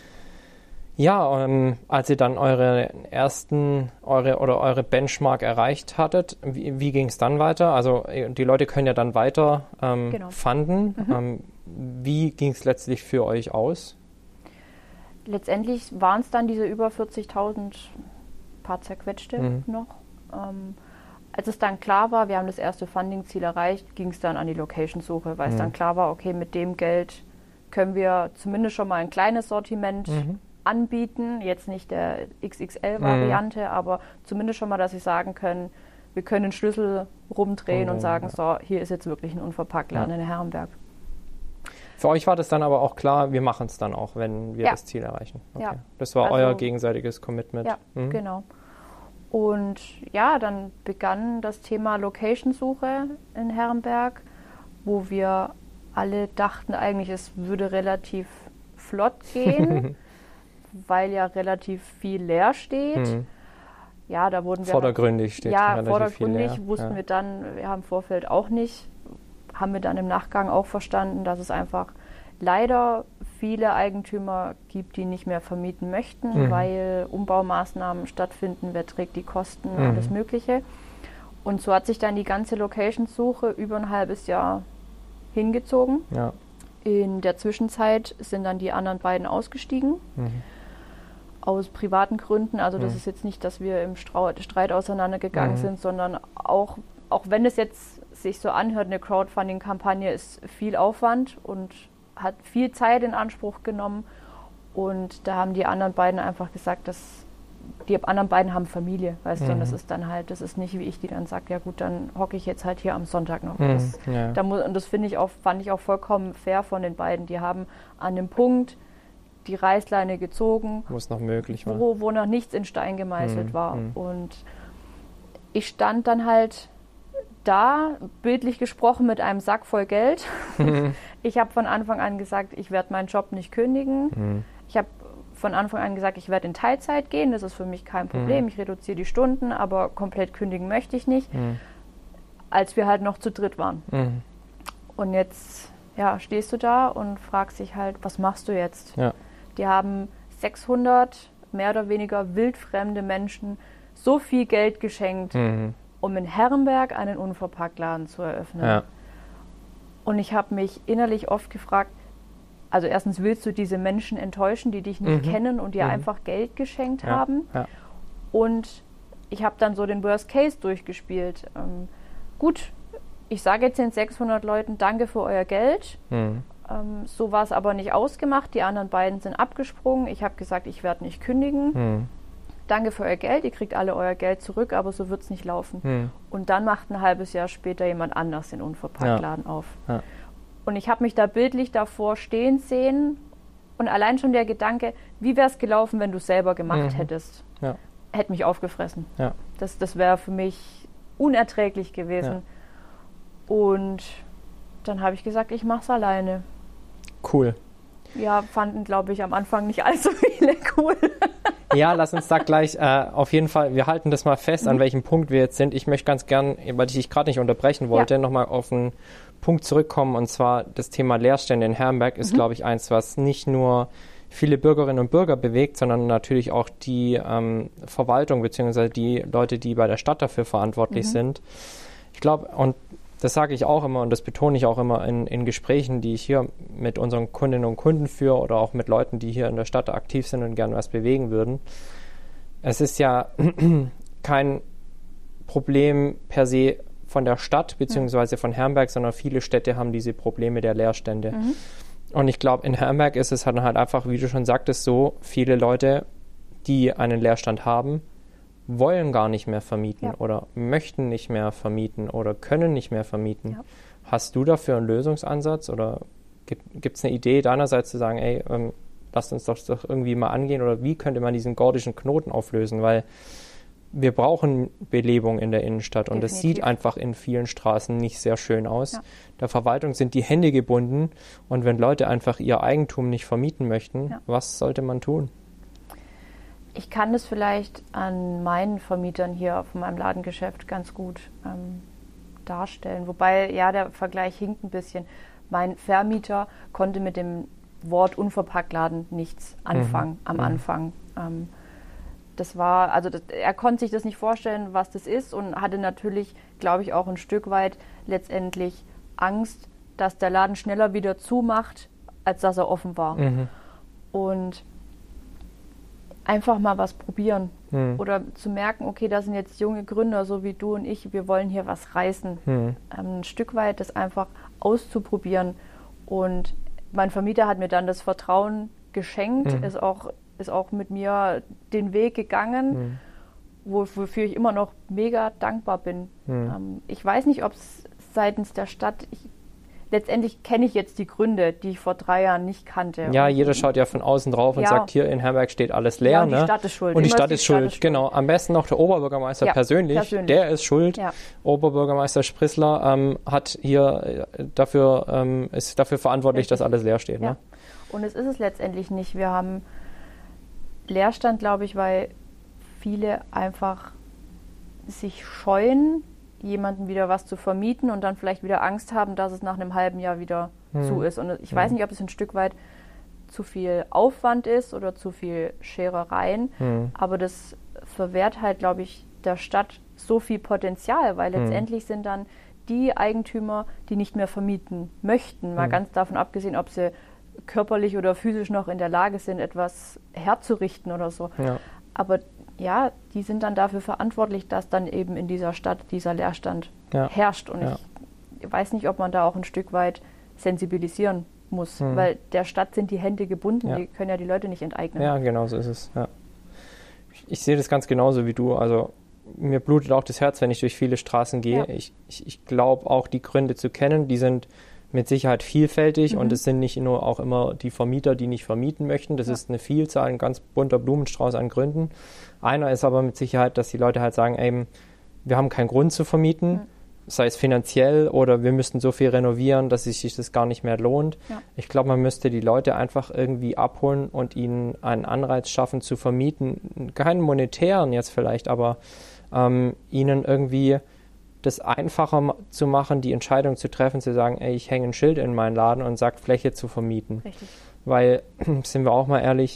Ja, ähm, als ihr dann eure ersten, eure oder eure Benchmark erreicht hattet, wie, wie ging es dann weiter? Also die Leute können ja dann weiter ähm, genau. funden. Mhm. Ähm, wie ging es letztlich für euch aus? Letztendlich waren es dann diese über vierzigtausend, paar zerquetschte mhm. noch. Ähm, Als es dann klar war, wir haben das erste Funding-Ziel erreicht, ging es dann an die Location-Suche, weil mhm. es dann klar war, okay, mit dem Geld können wir zumindest schon mal ein kleines Sortiment mhm. anbieten. Jetzt nicht der X X L-Variante, mhm. aber zumindest schon mal, dass sie sagen können, wir können den Schlüssel rumdrehen mhm. und sagen, ja. so, hier ist jetzt wirklich ein Unverpacktladen ja. in Herrenberg. Für euch war das dann aber auch klar, wir machen es dann auch, wenn wir ja. das Ziel erreichen. Okay. Ja. Das war also, euer gegenseitiges Commitment. Ja, mhm. genau. Und ja, dann begann das Thema Location-Suche in Herrenberg, wo wir alle dachten eigentlich, es würde relativ flott gehen, weil ja relativ viel leer steht. Mhm. ja, da wurden wir... Vordergründig halt, steht ja, relativ vordergründig viel, ja. wussten ja. wir dann, wir haben im Vorfeld auch nicht, haben wir dann im Nachgang auch verstanden, dass es einfach leider viele Eigentümer gibt, die nicht mehr vermieten möchten, mhm. weil Umbaumaßnahmen stattfinden, wer trägt die Kosten, mhm. alles Mögliche. Und so hat sich dann die ganze Location-Suche über ein halbes Jahr hingezogen. Ja. In der Zwischenzeit sind dann die anderen beiden ausgestiegen, mhm. aus privaten Gründen. Also das mhm. ist jetzt nicht, dass wir im Streit auseinandergegangen mhm. sind, sondern auch, auch wenn es jetzt sich so anhört, eine Crowdfunding-Kampagne ist viel Aufwand und hat viel Zeit in Anspruch genommen. Und da haben die anderen beiden einfach gesagt, dass die anderen beiden haben Familie, weißt mhm. du, und das ist dann halt, das ist nicht wie ich, die dann sagt, ja gut, dann hocke ich jetzt halt hier am Sonntag noch. Mhm. Das, ja. da muss, und das finde ich auch, fand ich auch vollkommen fair von den beiden. Die haben an dem Punkt die Reißleine gezogen, wo es noch möglich war. Wo, wo noch nichts in Stein gemeißelt mhm. war. Mhm. Und ich stand dann halt da, bildlich gesprochen, mit einem Sack voll Geld. Mhm. Ich habe von Anfang an gesagt, ich werde meinen Job nicht kündigen. Mhm. Ich habe von Anfang an gesagt, ich werde in Teilzeit gehen, das ist für mich kein Problem. Mhm. Ich reduziere die Stunden, aber komplett kündigen möchte ich nicht. Mhm. Als wir halt noch zu dritt waren. Mhm. Und jetzt ja, stehst du da und fragst dich halt, was machst du jetzt? Ja. Die haben sechshundert mehr oder weniger wildfremde Menschen so viel Geld geschenkt, mhm. um in Herrenberg einen Unverpacktladen zu eröffnen. Ja. Und ich habe mich innerlich oft gefragt, also erstens willst du diese Menschen enttäuschen, die dich nicht mhm. kennen und dir mhm. einfach Geld geschenkt ja. haben. Ja. Und ich habe dann so den Worst Case durchgespielt. Ähm, gut, ich sage jetzt den sechshundert Leuten, danke für euer Geld. Mhm. Ähm, so war es aber nicht ausgemacht. Die anderen beiden sind abgesprungen. Ich habe gesagt, ich werde nicht kündigen. Mhm. Danke für euer Geld, ihr kriegt alle euer Geld zurück, aber so wird es nicht laufen. Mhm. Und dann macht ein halbes Jahr später jemand anders den Unverpacktladen ja. auf. Ja. Und ich habe mich da bildlich davor stehen sehen und allein schon der Gedanke, wie wäre es gelaufen, wenn du es selber gemacht mhm. hättest, ja. hätte mich aufgefressen. Ja. Das, das wäre für mich unerträglich gewesen. Ja. Und dann habe ich gesagt, ich mache es alleine. Cool. Ja, fanden, glaube ich, am Anfang nicht allzu viele cool. Ja, lass uns da gleich äh, auf jeden Fall, wir halten das mal fest, mhm. an welchem Punkt wir jetzt sind. Ich möchte ganz gern, weil ich dich gerade nicht unterbrechen wollte, ja. nochmal auf einen Punkt zurückkommen, und zwar das Thema Leerstände in Herrenberg ist, mhm. glaube ich, eins, was nicht nur viele Bürgerinnen und Bürger bewegt, sondern natürlich auch die ähm, Verwaltung bzw. die Leute, die bei der Stadt dafür verantwortlich mhm. sind. Ich glaube, und das sage ich auch immer und das betone ich auch immer in, in Gesprächen, die ich hier mit unseren Kundinnen und Kunden führe oder auch mit Leuten, die hier in der Stadt aktiv sind und gerne was bewegen würden. Es ist ja kein Problem per se von der Stadt bzw. von Herrenberg, sondern viele Städte haben diese Probleme der Leerstände. Mhm. Und ich glaube, in Herrenberg ist es halt einfach, wie du schon sagtest, so viele Leute, die einen Leerstand haben, wollen gar nicht mehr vermieten ja. oder möchten nicht mehr vermieten oder können nicht mehr vermieten. Ja. Hast du dafür einen Lösungsansatz oder gibt es eine Idee deinerseits zu sagen, ey, ähm, lasst uns das doch irgendwie mal angehen, oder wie könnte man diesen gordischen Knoten auflösen, weil wir brauchen Belebung in der Innenstadt. Definitiv. Und das sieht einfach in vielen Straßen nicht sehr schön aus. Ja. Der Verwaltung sind die Hände gebunden, und wenn Leute einfach ihr Eigentum nicht vermieten möchten, ja. was sollte man tun? Ich kann das vielleicht an meinen Vermietern hier von meinem Ladengeschäft ganz gut ähm, darstellen. Wobei, ja, der Vergleich hinkt ein bisschen. Mein Vermieter konnte mit dem Wort Unverpacktladen nichts anfangen mhm. am mhm. Anfang. Ähm, das war, also das, er konnte sich das nicht vorstellen, was das ist, und hatte natürlich, glaube ich, auch ein Stück weit letztendlich Angst, dass der Laden schneller wieder zumacht, als dass er offen war. Mhm. Und einfach mal was probieren hm. oder zu merken, okay, da sind jetzt junge Gründer, so wie du und ich, wir wollen hier was reißen. Hm. Ähm, ein Stück weit das einfach auszuprobieren. Und mein Vermieter hat mir dann das Vertrauen geschenkt, hm. ist, auch, ist auch mit mir den Weg gegangen, hm. wo, wofür ich immer noch mega dankbar bin. Hm. Ähm, ich weiß nicht, ob es seitens der Stadt... Ich, Letztendlich kenne ich jetzt die Gründe, die ich vor drei Jahren nicht kannte. Ja, und jeder schaut ja von außen drauf und ja. sagt, hier in Herrenberg steht alles leer. Ja, und die ne? Stadt ist schuld. Und die Immer Stadt die ist Stadt schuld, ist schuld. Genau. Am besten noch der Oberbürgermeister ja, persönlich. persönlich, der ist schuld. Ja. Oberbürgermeister Sprissler ähm, hat hier äh, dafür, ähm, ist dafür verantwortlich, Richtig. dass alles leer steht. Ja. Ne? Und es ist es letztendlich nicht. Wir haben Leerstand, glaube ich, weil viele einfach sich scheuen, jemandem wieder was zu vermieten und dann vielleicht wieder Angst haben, dass es nach einem halben Jahr wieder hm. zu ist. Und ich hm. weiß nicht, ob es ein Stück weit zu viel Aufwand ist oder zu viel Scherereien, hm. aber das verwehrt halt, glaube ich, der Stadt so viel Potenzial, weil letztendlich hm. sind dann die Eigentümer, die nicht mehr vermieten möchten, mal hm. ganz davon abgesehen, ob sie körperlich oder physisch noch in der Lage sind, etwas herzurichten oder so. Ja. Aber ja, die sind dann dafür verantwortlich, dass dann eben in dieser Stadt dieser Leerstand ja. herrscht. Und ja. ich weiß nicht, ob man da auch ein Stück weit sensibilisieren muss, hm. weil der Stadt sind die Hände gebunden, ja. die können ja die Leute nicht enteignen. Ja, genau so ist es. Ja. Ich, ich sehe das ganz genauso wie du. Also mir blutet auch das Herz, wenn ich durch viele Straßen gehe. Ja. Ich, ich, ich glaube auch, die Gründe zu kennen, die sind mit Sicherheit vielfältig mhm. und es sind nicht nur auch immer die Vermieter, die nicht vermieten möchten. Das ja. ist eine Vielzahl, ein ganz bunter Blumenstrauß an Gründen. Einer ist aber mit Sicherheit, dass die Leute halt sagen, eben, wir haben keinen Grund zu vermieten, mhm. sei es finanziell oder wir müssten so viel renovieren, dass sich das gar nicht mehr lohnt. Ja. Ich glaube, man müsste die Leute einfach irgendwie abholen und ihnen einen Anreiz schaffen zu vermieten. Keinen monetären jetzt vielleicht, aber ähm, ihnen irgendwie das einfacher zu machen, die Entscheidung zu treffen, zu sagen, ey, ich hänge ein Schild in meinen Laden und sage, Fläche zu vermieten. Richtig. Weil, sind wir auch mal ehrlich,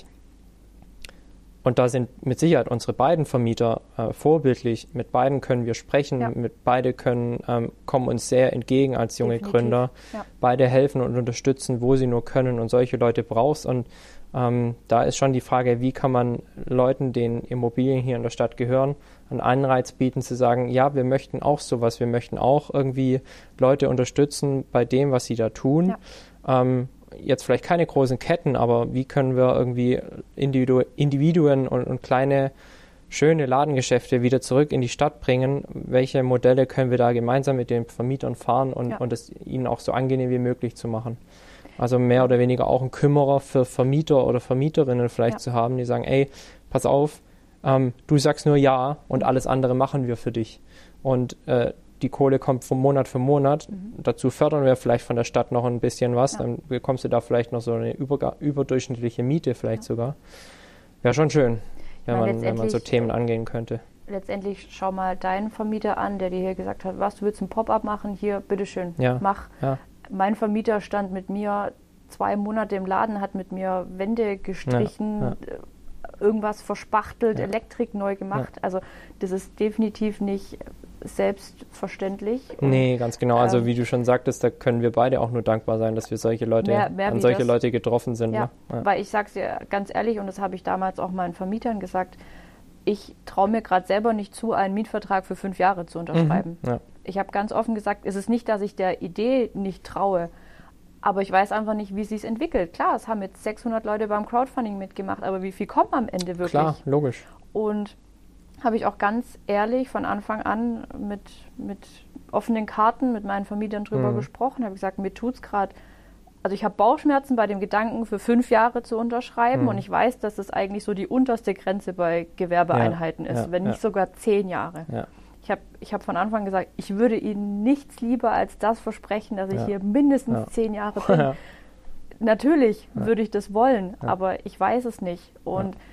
und da sind mit Sicherheit unsere beiden Vermieter äh, vorbildlich, mit beiden können wir sprechen, ja. mit beide können, ähm, kommen uns sehr entgegen als junge Definitiv. Gründer. Ja. Beide helfen und unterstützen, wo sie nur können und solche Leute brauchst. Und ähm, da ist schon die Frage, wie kann man Leuten, denen Immobilien hier in der Stadt gehören, einen Anreiz bieten zu sagen, ja, wir möchten auch sowas, wir möchten auch irgendwie Leute unterstützen bei dem, was sie da tun. Ja. Ähm, jetzt vielleicht keine großen Ketten, aber wie können wir irgendwie Individu- Individuen und, und kleine, schöne Ladengeschäfte wieder zurück in die Stadt bringen? Welche Modelle können wir da gemeinsam mit den Vermietern fahren und, ja. und es ihnen auch so angenehm wie möglich zu machen? Also mehr oder weniger auch ein Kümmerer für Vermieter oder Vermieterinnen vielleicht ja. zu haben, die sagen, ey, pass auf, ähm, du sagst nur ja und alles andere machen wir für dich. Und äh, die Kohle kommt von Monat für Monat. Mhm. Dazu fördern wir vielleicht von der Stadt noch ein bisschen was. Ja. Dann bekommst du da vielleicht noch so eine über, überdurchschnittliche Miete vielleicht ja. sogar. Wäre schon schön, wenn, meine, man, wenn man so Themen angehen könnte. Letztendlich schau mal deinen Vermieter an, der dir hier gesagt hat, was, du willst ein Pop-up machen? Hier, bitteschön, ja. mach. Ja. Mein Vermieter stand mit mir zwei Monate im Laden, hat mit mir Wände gestrichen, ja. Ja. irgendwas verspachtelt, ja. Elektrik neu gemacht. Ja. Also das ist definitiv nicht selbstverständlich. Und, nee, ganz genau. Also ähm, wie du schon sagtest, da können wir beide auch nur dankbar sein, dass wir solche Leute mehr, mehr an solche das, Leute getroffen sind. Ja, ne? Ja. Weil ich sage es dir ganz ehrlich, und das habe ich damals auch meinen Vermietern gesagt, ich traue mir gerade selber nicht zu, einen Mietvertrag für fünf Jahre zu unterschreiben. Mhm, ja. Ich habe ganz offen gesagt, es ist nicht, dass ich der Idee nicht traue, aber ich weiß einfach nicht, wie es sich entwickelt. Klar, es haben jetzt sechshundert Leute beim Crowdfunding mitgemacht, aber wie viel kommen am Ende wirklich? Klar, logisch. Und habe ich auch ganz ehrlich von Anfang an mit, mit offenen Karten mit meinen Vermietern drüber mhm. gesprochen, habe gesagt, mir tut's gerade, also ich habe Bauchschmerzen bei dem Gedanken, für fünf Jahre zu unterschreiben mhm. und ich weiß, dass das eigentlich so die unterste Grenze bei Gewerbeeinheiten ja, ist, ja, wenn nicht ja. sogar zehn Jahre. Ja. Ich habe ich hab von Anfang gesagt, ich würde Ihnen nichts lieber als das versprechen, dass ich ja. hier mindestens ja. zehn Jahre bin. Ja. Natürlich ja. würde ich das wollen, ja. aber ich weiß es nicht. Und ja.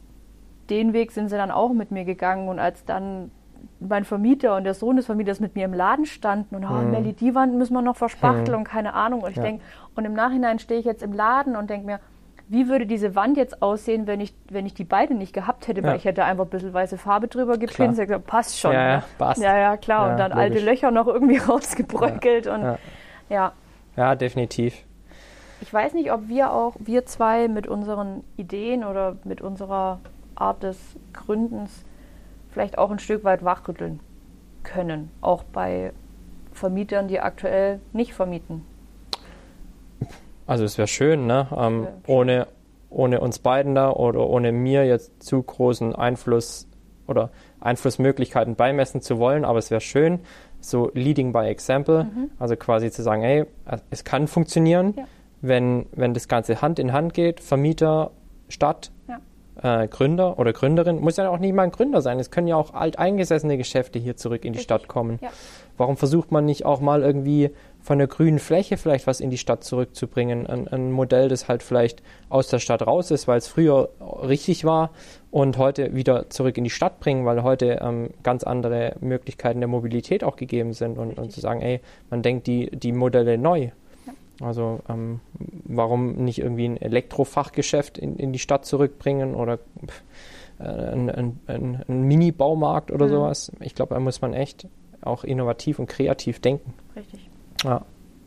den Weg sind sie dann auch mit mir gegangen. Und als dann mein Vermieter und der Sohn des Vermieters mit mir im Laden standen und, oh, hm. Melli, die Wand müssen wir noch verspachteln hm. und keine Ahnung. Und ich ja. denke, und im Nachhinein stehe ich jetzt im Laden und denke mir, wie würde diese Wand jetzt aussehen, wenn ich, wenn ich die beide nicht gehabt hätte, weil ja. ich hätte einfach ein bisschen weiße Farbe drüber gepinselt, gesagt, passt schon. Ja, ja, ne? passt. Ja, ja, klar. Ja, und dann logisch. alte Löcher noch irgendwie rausgebröckelt. Ja. Und Ja. ja. Ja, definitiv. Ich weiß nicht, ob wir auch, wir zwei mit unseren Ideen oder mit unserer Art des Gründens vielleicht auch ein Stück weit wachrütteln können. Auch bei Vermietern, die aktuell nicht vermieten. Also es wäre schön, ne? Ähm, ja, schön. Ohne, ohne uns beiden da oder ohne mir jetzt zu großen Einfluss oder Einflussmöglichkeiten beimessen zu wollen, aber es wäre schön, so leading by example, mhm. also quasi zu sagen, hey, es kann funktionieren, ja. wenn, wenn das Ganze Hand in Hand geht, Vermieter, Stadt, ja. äh, Gründer oder Gründerin, muss ja auch nicht mal ein Gründer sein, es können ja auch alteingesessene Geschäfte hier zurück in die Richtig. Stadt kommen. Ja. Warum versucht man nicht auch mal irgendwie von der grünen Fläche vielleicht was in die Stadt zurückzubringen. Ein, ein Modell, das halt vielleicht aus der Stadt raus ist, weil es früher richtig war und heute wieder zurück in die Stadt bringen, weil heute ähm, ganz andere Möglichkeiten der Mobilität auch gegeben sind und, und zu sagen, ey, man denkt die, die Modelle neu. Ja. Also ähm, warum nicht irgendwie ein Elektrofachgeschäft in, in die Stadt zurückbringen oder pff, äh, ein, ein, ein, ein Mini-Baumarkt oder mhm. sowas. Ich glaube, da muss man echt auch innovativ und kreativ denken. Richtig. Ja.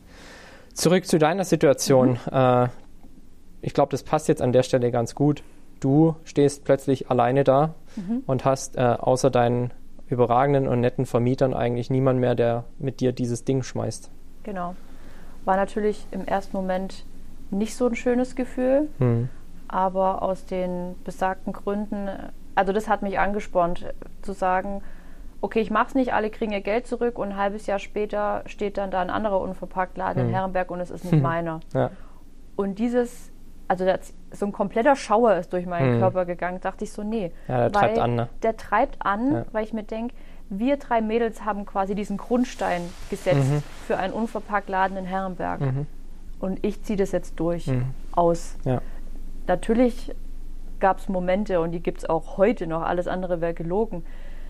Zurück zu deiner Situation. Mhm. Äh, ich glaube, das passt jetzt an der Stelle ganz gut. Du stehst plötzlich alleine da mhm. und hast äh, außer deinen überragenden und netten Vermietern eigentlich niemand mehr, der mit dir dieses Ding schmeißt. Genau. War natürlich im ersten Moment nicht so ein schönes Gefühl, mhm. aber aus den besagten Gründen, also das hat mich angespornt, zu sagen, okay, ich mach's nicht, alle kriegen ihr Geld zurück und ein halbes Jahr später steht dann da ein anderer Unverpacktladen mhm. in Herrenberg und es ist nicht meiner. Ja. Und dieses, also das, so ein kompletter Schauer ist durch meinen mhm. Körper gegangen, dachte ich so, nee. Ja, der treibt an, ne? Der treibt an, ja. weil ich mir denke, wir drei Mädels haben quasi diesen Grundstein gesetzt mhm. für einen Unverpacktladen in Herrenberg. Mhm. Und ich ziehe das jetzt durch, mhm. aus. Ja. Natürlich gab es Momente und die gibt es auch heute noch, alles andere wäre gelogen,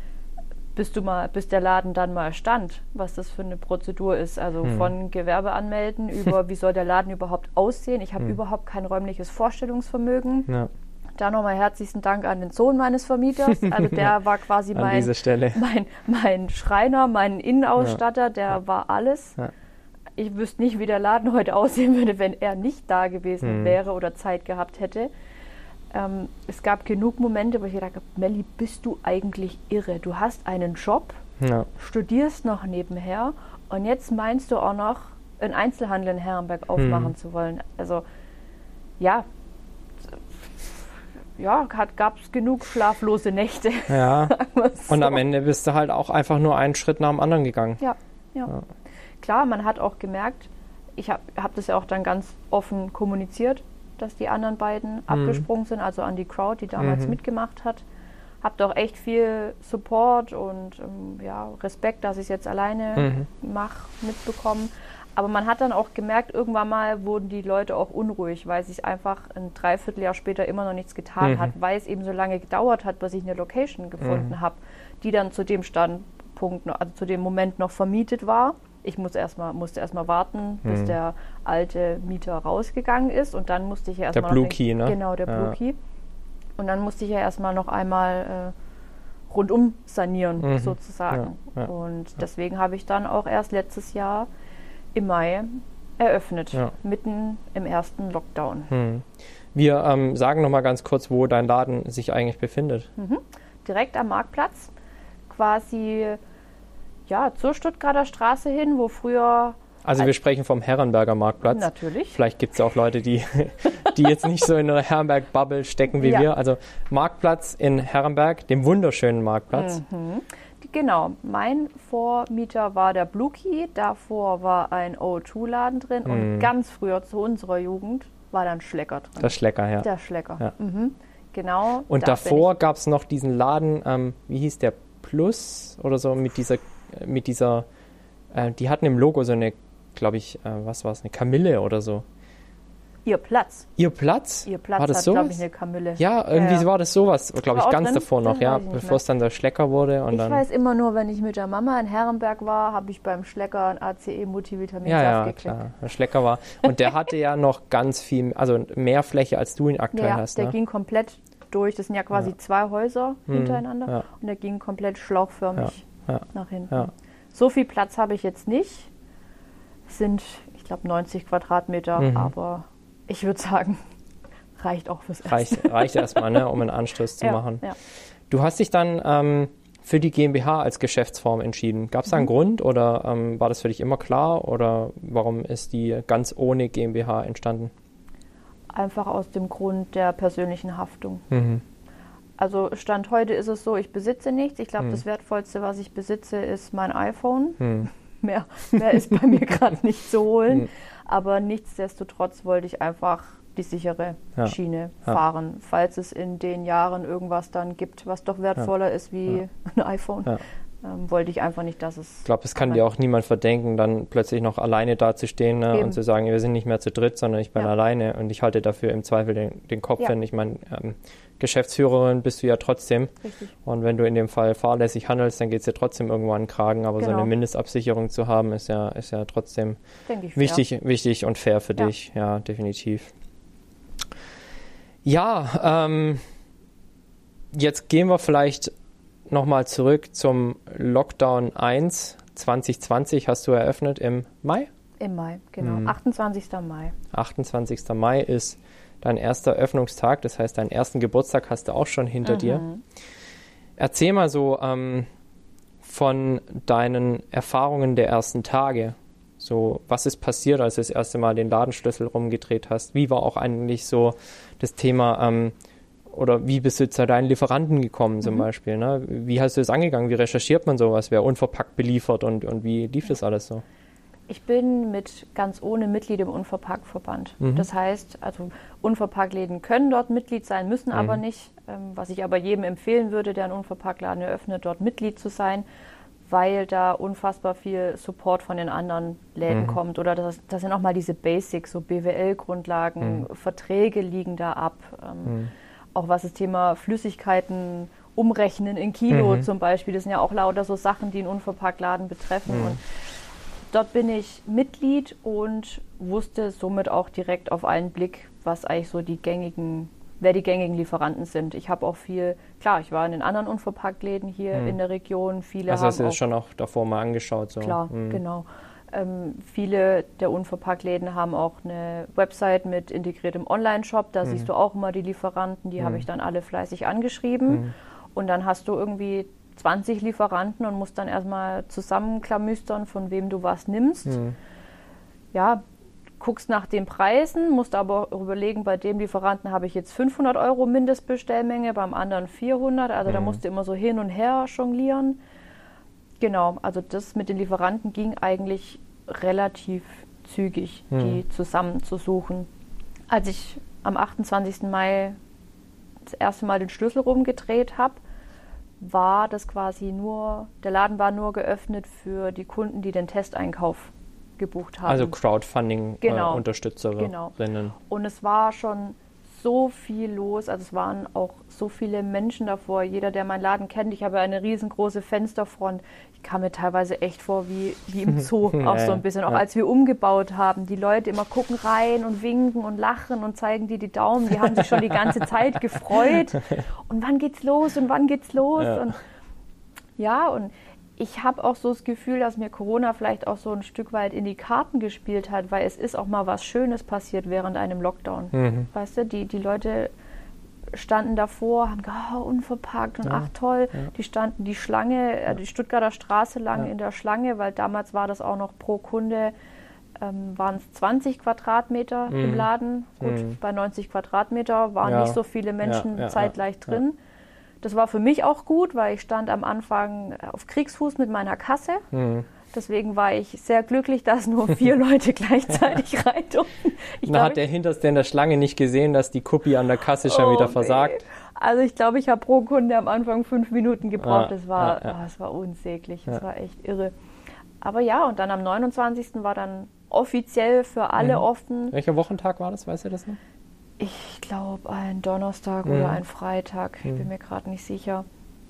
bis du mal, bis der Laden dann mal stand, was das für eine Prozedur ist. Also hm. von Gewerbe anmelden über, wie soll der Laden überhaupt aussehen. Ich habe hm. überhaupt kein räumliches Vorstellungsvermögen. Ja. Da nochmal herzlichen Dank an den Sohn meines Vermieters. Also der ja, war quasi mein, mein, mein Schreiner, mein Innenausstatter, ja. der ja. war alles. Ja. Ich wüsste nicht, wie der Laden heute aussehen würde, wenn er nicht da gewesen hm. wäre oder Zeit gehabt hätte. Ähm, es gab genug Momente, wo ich gedacht habe, Melli, bist du eigentlich irre? Du hast einen Job, ja. studierst noch nebenher und jetzt meinst du auch noch, einen Einzelhandel in Herrenberg aufmachen hm. zu wollen. Also ja, ja, gab es genug schlaflose Nächte. Ja, so. Und am Ende bist du halt auch einfach nur einen Schritt nach dem anderen gegangen. Ja, ja. ja. Klar, man hat auch gemerkt, ich habe hab das ja auch dann ganz offen kommuniziert, dass die anderen beiden mhm. abgesprungen sind, also an die Crowd, die damals mhm. mitgemacht hat. Habt auch echt viel Support und ähm, ja, Respekt, dass ich es jetzt alleine mhm. mache, mitbekommen. Aber man hat dann auch gemerkt, irgendwann mal wurden die Leute auch unruhig, weil sich einfach ein Dreivierteljahr später immer noch nichts getan mhm. hat, weil es eben so lange gedauert hat, bis ich eine Location gefunden mhm. habe, die dann zu dem Standpunkt, also zu dem Moment noch vermietet war. Ich muss erst mal, musste erstmal warten, bis mhm. der alte Mieter rausgegangen ist und dann musste ich ja erstmal... Der Blue Key, ne? Genau, der ja. Blue Key. Und dann musste ich ja erstmal noch einmal äh, rundum sanieren, mhm. sozusagen. Ja, ja, und ja. deswegen habe ich dann auch erst letztes Jahr im Mai eröffnet, ja. mitten im ersten Lockdown. Mhm. Wir ähm, sagen nochmal ganz kurz, wo dein Laden sich eigentlich befindet. Mhm. Direkt am Marktplatz, quasi... Ja, zur Stuttgarter Straße hin, wo früher... Also wir sprechen vom Herrenberger Marktplatz. Natürlich. Vielleicht gibt es auch Leute, die, die jetzt nicht so in einer Herrenberg-Bubble stecken wie ja. wir. Also Marktplatz in Herrenberg, dem wunderschönen Marktplatz. Mhm. Genau, mein Vormieter war der Blue Key, davor war ein O zwei Laden drin mhm. und ganz früher zu unserer Jugend war dann Schlecker drin. Der Schlecker, ja. Der Schlecker, ja. Mhm. Genau. Und da davor gab es noch diesen Laden, ähm, wie hieß der, Plus oder so, mit dieser... mit dieser, äh, die hatten im Logo so eine, glaube ich, äh, was war es, eine Kamille oder so. Ihr Platz. Ihr Platz? Ihr Platz war das hat, sowas? glaube ich, eine Kamille. Ja, irgendwie ja, ja. war das sowas, glaube ich, ganz drin? davor noch, das ja, bevor es dann der Schlecker wurde. Und ich dann weiß immer nur, wenn ich mit der Mama in Herrenberg war, habe ich beim Schlecker ein A C E-Multivitaminsaft ja, ja, gekriegt. Klar, der Schlecker war. Und der hatte ja noch ganz viel, also mehr Fläche, als du ihn aktuell ja, hast. Der ne? ging komplett durch, das sind ja quasi ja. zwei Häuser hm, hintereinander ja. und der ging komplett schlauchförmig ja, ja, nach hinten. Ja. So viel Platz habe ich jetzt nicht. Es sind, ich glaube, neunzig Quadratmeter, mhm. aber ich würde sagen, reicht auch fürs Erste. Reicht, reicht erstmal, ne, um einen Anstoß zu ja, machen. Ja. Du hast dich dann ähm, für die GmbH als Geschäftsform entschieden. Gab es da einen mhm. Grund oder ähm, war das für dich immer klar oder warum ist die ganz ohne GmbH entstanden? Einfach aus dem Grund der persönlichen Haftung. Mhm. Also Stand heute ist es so, ich besitze nichts. Ich glaube, hm. das Wertvollste, was ich besitze, ist mein iPhone. Hm. Mehr, mehr ist bei mir gerade nicht zu holen. Hm. Aber nichtsdestotrotz wollte ich einfach die sichere ja. Schiene ja. fahren. Falls es in den Jahren irgendwas dann gibt, was doch wertvoller ja. ist wie ja. ein iPhone, ja. ähm, wollte ich einfach nicht, dass es... Ich glaube, es kann dir auch niemand verdenken, dann plötzlich noch alleine dazustehen, ne? Und zu sagen, wir sind nicht mehr zu dritt, sondern ich bin ja. alleine und ich halte dafür im Zweifel den, den Kopf ja. hin. Ich meine, ähm, Geschäftsführerin bist du ja trotzdem. Richtig. Und wenn du in dem Fall fahrlässig handelst, dann geht es dir trotzdem irgendwo an den Kragen. Aber genau. so eine Mindestabsicherung zu haben, ist ja, ist ja trotzdem wichtig, wichtig und fair für ja. dich. Ja, definitiv. Ja, ähm, jetzt gehen wir vielleicht nochmal zurück zum Lockdown eins. zwanzig zwanzig hast du eröffnet im Mai? Im Mai, genau. Mhm. achtundzwanzigster Mai. achtundzwanzigster Mai ist dein erster Öffnungstag. Das heißt, deinen ersten Geburtstag hast du auch schon hinter mhm. dir. Erzähl mal so ähm, von deinen Erfahrungen der ersten Tage. So, was ist passiert, als du das erste Mal den Ladenschlüssel rumgedreht hast? Wie war auch eigentlich so das Thema... Ähm, Oder wie bist du zu deinen Lieferanten gekommen zum mhm. Beispiel? Ne? Wie hast du das angegangen? Wie recherchiert man sowas? Wer unverpackt beliefert und, und wie lief das alles so? Ich bin mit ganz ohne Mitglied im Unverpackt-Verband. Mhm. Das heißt, also Unverpacktläden können dort Mitglied sein, müssen mhm. aber nicht. Ähm, was ich aber jedem empfehlen würde, der einen Unverpacktladen eröffnet, dort Mitglied zu sein, weil da unfassbar viel Support von den anderen Läden mhm. kommt. Oder das, das sind auch mal diese Basics, so B W L-Grundlagen, mhm. Verträge liegen da ab. Ähm, mhm. Auch was das Thema Flüssigkeiten umrechnen in Kilo mhm. zum Beispiel. Das sind ja auch lauter so Sachen, die einen Unverpacktladen betreffen. Mhm. Und dort bin ich Mitglied und wusste somit auch direkt auf einen Blick, was eigentlich so die gängigen, wer die gängigen Lieferanten sind. Ich habe auch viel, klar, ich war in den anderen Unverpacktläden hier mhm. in der Region. Viele also haben hast du das auch, schon auch davor mal angeschaut? So. Klar, mhm. genau. Ähm, viele der Unverpacktläden haben auch eine Website mit integriertem Online-Shop. Da mhm. siehst du auch immer die Lieferanten. Die mhm. habe ich dann alle fleißig angeschrieben. Mhm. Und dann hast du irgendwie zwanzig Lieferanten und musst dann erstmal zusammenklamüstern, von wem du was nimmst. Mhm. Ja, guckst nach den Preisen, musst aber überlegen, bei dem Lieferanten habe ich jetzt fünfhundert Euro Mindestbestellmenge, beim anderen vierhundert. Also mhm. da musst du immer so hin und her jonglieren. Genau, also das mit den Lieferanten ging eigentlich relativ zügig, hm. die zusammenzusuchen. Als ich am achtundzwanzigsten Mai das erste Mal den Schlüssel rumgedreht habe, war das quasi nur, der Laden war nur geöffnet für die Kunden, die den Testeinkauf gebucht haben. Also Crowdfunding-Unterstützerinnen. Genau. genau. Und es war schon so viel los, also es waren auch so viele Menschen davor. Jeder, der meinen Laden kennt, ich habe eine riesengroße Fensterfront. Ich kam mir teilweise echt vor wie, wie im Zoo, auch so ein bisschen. Auch als wir umgebaut haben, die Leute immer gucken rein und winken und lachen und zeigen dir die Daumen. Die haben sich schon die ganze Zeit gefreut. Und wann geht's los und wann geht's los? Ja, und, ja, und ich habe auch so das Gefühl, dass mir Corona vielleicht auch so ein Stück weit in die Karten gespielt hat, weil es ist auch mal was Schönes passiert während einem Lockdown. Mhm. Weißt du, die, die Leute standen davor, haben gesagt, oh, unverpackt und ja, ach toll. Ja. Die standen die Schlange, ja. die Stuttgarter Straße lang ja. in der Schlange, weil damals war das auch noch pro Kunde, ähm, waren es zwanzig Quadratmeter mhm. im Laden. Gut, mhm. bei neunzig Quadratmeter waren ja. nicht so viele Menschen ja, zeitgleich ja, drin. Ja. Das war für mich auch gut, weil ich stand am Anfang auf Kriegsfuß mit meiner Kasse. Mhm. Deswegen war ich sehr glücklich, dass nur vier Leute gleichzeitig rein durften. Ich Na, glaub, hat der Hinterste in der Schlange nicht gesehen, dass die Kuppi an der Kasse schon oh, wieder versagt? Nee. Also ich glaube, ich habe pro Kunde am Anfang fünf Minuten gebraucht. Ah, das war, ja, ja. Oh, das war unsäglich, das ja. war echt irre. Aber ja, und dann am neunundzwanzigsten war dann offiziell für alle mhm. offen. Welcher Wochentag war das, weißt du das noch? Ich glaube, ein Donnerstag mhm. oder ein Freitag, ich mhm. bin mir gerade nicht sicher.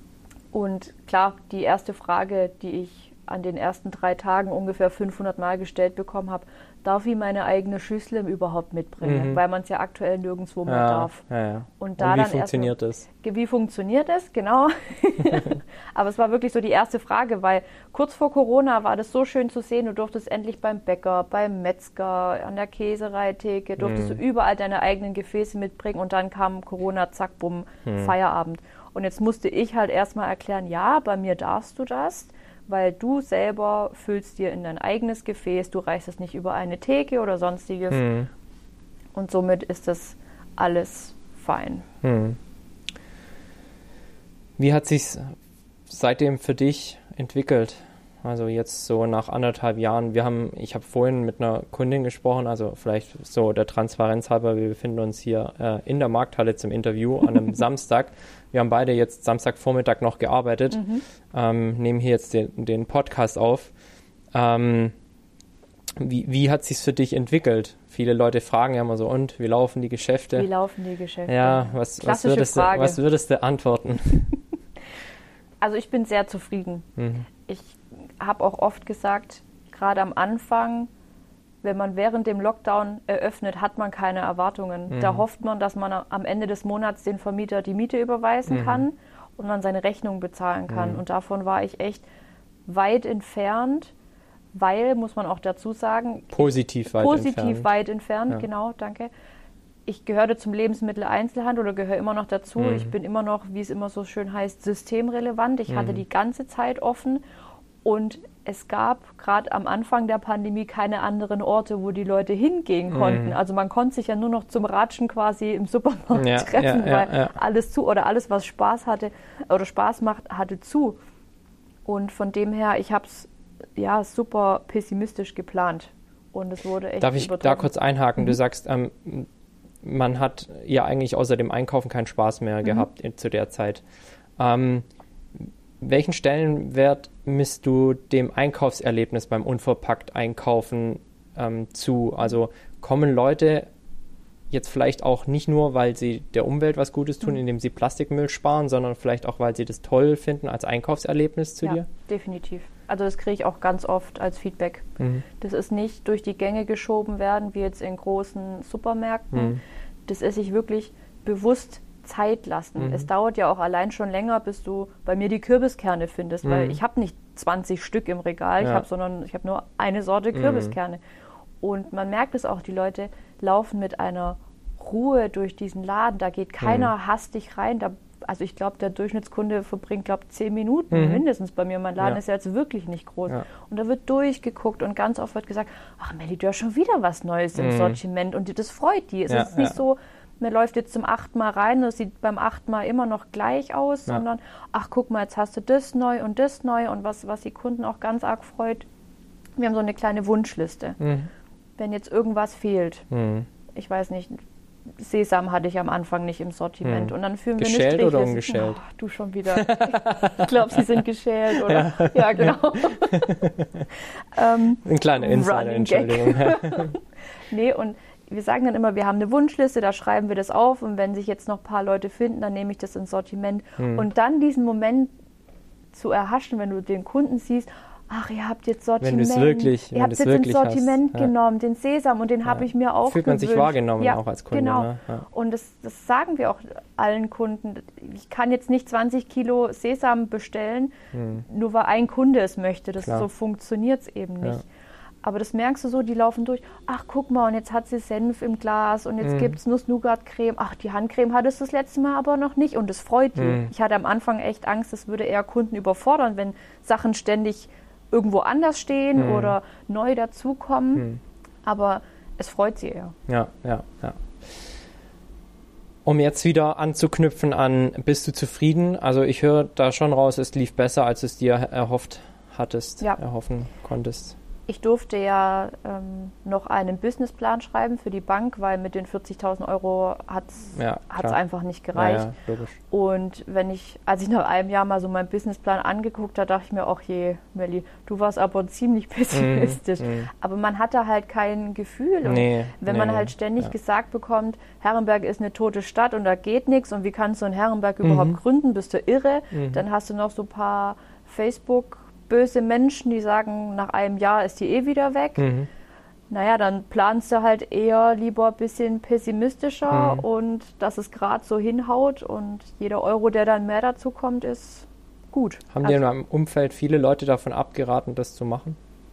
Und klar, die erste Frage, die ich an den ersten drei Tagen ungefähr fünfhundert Mal gestellt bekommen habe, darf ich meine eigene Schüssel überhaupt mitbringen? Mhm. Weil man es ja aktuell nirgendwo mehr ja, darf. Ja, ja. Und, da Und wie dann funktioniert das? das? Wie funktioniert das, genau. Aber es war wirklich so die erste Frage, weil kurz vor Corona war das so schön zu sehen, du durftest endlich beim Bäcker, beim Metzger, an der Käsereitheke, durftest mhm. du überall deine eigenen Gefäße mitbringen und dann kam Corona, zack, bumm, mhm. Feierabend. Und jetzt musste ich halt erstmal erklären, ja, bei mir darfst du das, weil du selber füllst dir in dein eigenes Gefäß, du reichst es nicht über eine Theke oder sonstiges. Mhm. Und somit ist das alles fein. Mhm. Wie hat sich's seitdem für dich entwickelt? Also jetzt so nach anderthalb Jahren. Wir haben, ich habe vorhin mit einer Kundin gesprochen, also vielleicht so der Transparenz halber, wir befinden uns hier äh, in der Markthalle zum Interview an einem Samstag. Wir haben beide jetzt Samstagvormittag noch gearbeitet, mhm. ähm, nehmen hier jetzt den, den Podcast auf. Ähm, wie, wie hat sich's für dich entwickelt? Viele Leute fragen ja immer so, und wie laufen die Geschäfte? Wie laufen die Geschäfte? Ja, was, was, würdest, du, was würdest du antworten? Also ich bin sehr zufrieden. Mhm. Ich habe auch oft gesagt, gerade am Anfang, wenn man während dem Lockdown eröffnet, hat man keine Erwartungen. Mhm. Da hofft man, dass man am Ende des Monats den Vermieter die Miete überweisen mhm. kann und man seine Rechnung bezahlen kann. Mhm. Und davon war ich echt weit entfernt, weil, muss man auch dazu sagen, positiv weit positiv entfernt. Positiv weit entfernt, ja. Genau, danke. Ich gehörte zum Lebensmitteleinzelhandel oder gehöre immer noch dazu. Mhm. Ich bin immer noch, wie es immer so schön heißt, systemrelevant. Ich mhm. hatte die ganze Zeit offen und es gab gerade am Anfang der Pandemie keine anderen Orte, wo die Leute hingehen konnten. Mhm. Also man konnte sich ja nur noch zum Ratschen quasi im Supermarkt ja, treffen, ja, weil ja, ja. alles zu oder alles, was Spaß hatte oder Spaß macht, hatte zu. Und von dem her, ich habe es ja super pessimistisch geplant und es wurde echt Darf ich da kurz einhaken? Mhm. Du sagst, ähm, man hat ja eigentlich außer dem Einkaufen keinen Spaß mehr mhm. gehabt in, zu der Zeit. Ähm, welchen Stellenwert misst du dem Einkaufserlebnis beim Unverpackt-Einkaufen ähm, zu? Also kommen Leute jetzt vielleicht auch nicht nur, weil sie der Umwelt was Gutes tun, mhm. indem sie Plastikmüll sparen, sondern vielleicht auch, weil sie das toll finden als Einkaufserlebnis zu ja, dir? Ja, definitiv. Also das kriege ich auch ganz oft als Feedback. Mhm. Das ist nicht durch die Gänge geschoben werden, wie jetzt in großen Supermärkten. Mhm. Das ist sich wirklich bewusst Zeit lassen. Mhm. Es dauert ja auch allein schon länger, bis du bei mir die Kürbiskerne findest, mhm. weil ich habe nicht zwanzig Stück im Regal, ja. ich habe, sondern ich habe nur eine Sorte Kürbiskerne. Mhm. Und man merkt es auch, die Leute laufen mit einer Ruhe durch diesen Laden. Da geht keiner mhm. hastig rein. Da, also ich glaube, der Durchschnittskunde verbringt, glaube ich, zehn Minuten mhm. mindestens bei mir. Mein Laden ja. ist ja jetzt wirklich nicht groß. Ja. Und da wird durchgeguckt und ganz oft wird gesagt, ach Melli, du hast schon wieder was Neues mhm. im Sortiment. Und das freut die. Es ja, ist nicht ja. so, man läuft jetzt zum achten Mal rein, das sieht beim achten Mal immer noch gleich aus, ja. sondern, ach guck mal, jetzt hast du das neu und das neu. Und was, was die Kunden auch ganz arg freut, wir haben so eine kleine Wunschliste. Mhm. Wenn jetzt irgendwas fehlt, mhm. ich weiß nicht, Sesam hatte ich am Anfang nicht im Sortiment. Mhm. Und dann führen wir geschält eine oder ungeschält? Oh, du schon wieder. Ich glaube, sie sind geschält, oder? Ja, ja genau. ähm, Ein kleiner Insider, Entschuldigung. Nee, und wir sagen dann immer, wir haben eine Wunschliste, da schreiben wir das auf und wenn sich jetzt noch ein paar Leute finden, dann nehme ich das ins Sortiment. Mhm. Und dann diesen Moment zu erhaschen, wenn du den Kunden siehst, ach, ihr habt jetzt Sortiment, wenn wirklich, ihr habt jetzt ins Sortiment hast. genommen, ja. den Sesam, und den ja. habe ich mir auch Fühlt man gewünscht. sich wahrgenommen ja, auch als Kunde. Genau, ne? ja. und das, das sagen wir auch allen Kunden. Ich kann jetzt nicht zwanzig Kilo Sesam bestellen, hm. nur weil ein Kunde es möchte. Das so funktioniert es eben nicht. Ja. Aber das merkst du so, die laufen durch, ach guck mal, und jetzt hat sie Senf im Glas und jetzt mm. gibt es Nuss-Nougat-Creme. Ach, die Handcreme hattest du das letzte Mal aber noch nicht, und das freut die. Mm. Ich hatte am Anfang echt Angst, das würde eher Kunden überfordern, wenn Sachen ständig irgendwo anders stehen mm. oder neu dazukommen. Mm. Aber es freut sie eher. Ja, ja, ja. Um jetzt wieder anzuknüpfen an, bist du zufrieden? Also ich höre da schon raus, es lief besser, als es dir erhofft hattest, ja. erhoffen konntest. Ich durfte ja ähm, noch einen Businessplan schreiben für die Bank, weil mit den vierzigtausend Euro hat es ja, einfach nicht gereicht. Ja, ja, logisch. Und wenn ich, als ich nach einem Jahr mal so meinen Businessplan angeguckt habe, dachte ich mir auch, je, Melli, du warst aber ziemlich pessimistisch. Mm, mm. Aber man hatte halt kein Gefühl. Und nee, wenn nee, man halt ständig ja. gesagt bekommt, Herrenberg ist eine tote Stadt und da geht nichts und wie kannst du in Herrenberg mhm. überhaupt gründen, bist du irre? Mhm. Dann hast du noch so ein paar Facebook- böse Menschen, die sagen, nach einem Jahr ist die eh wieder weg. Mhm. Naja, dann planst du halt eher lieber ein bisschen pessimistischer mhm. und dass es gerade so hinhaut und jeder Euro, der dann mehr dazu kommt, ist gut. Haben also, dir in deinem Umfeld viele Leute davon abgeraten, das zu machen?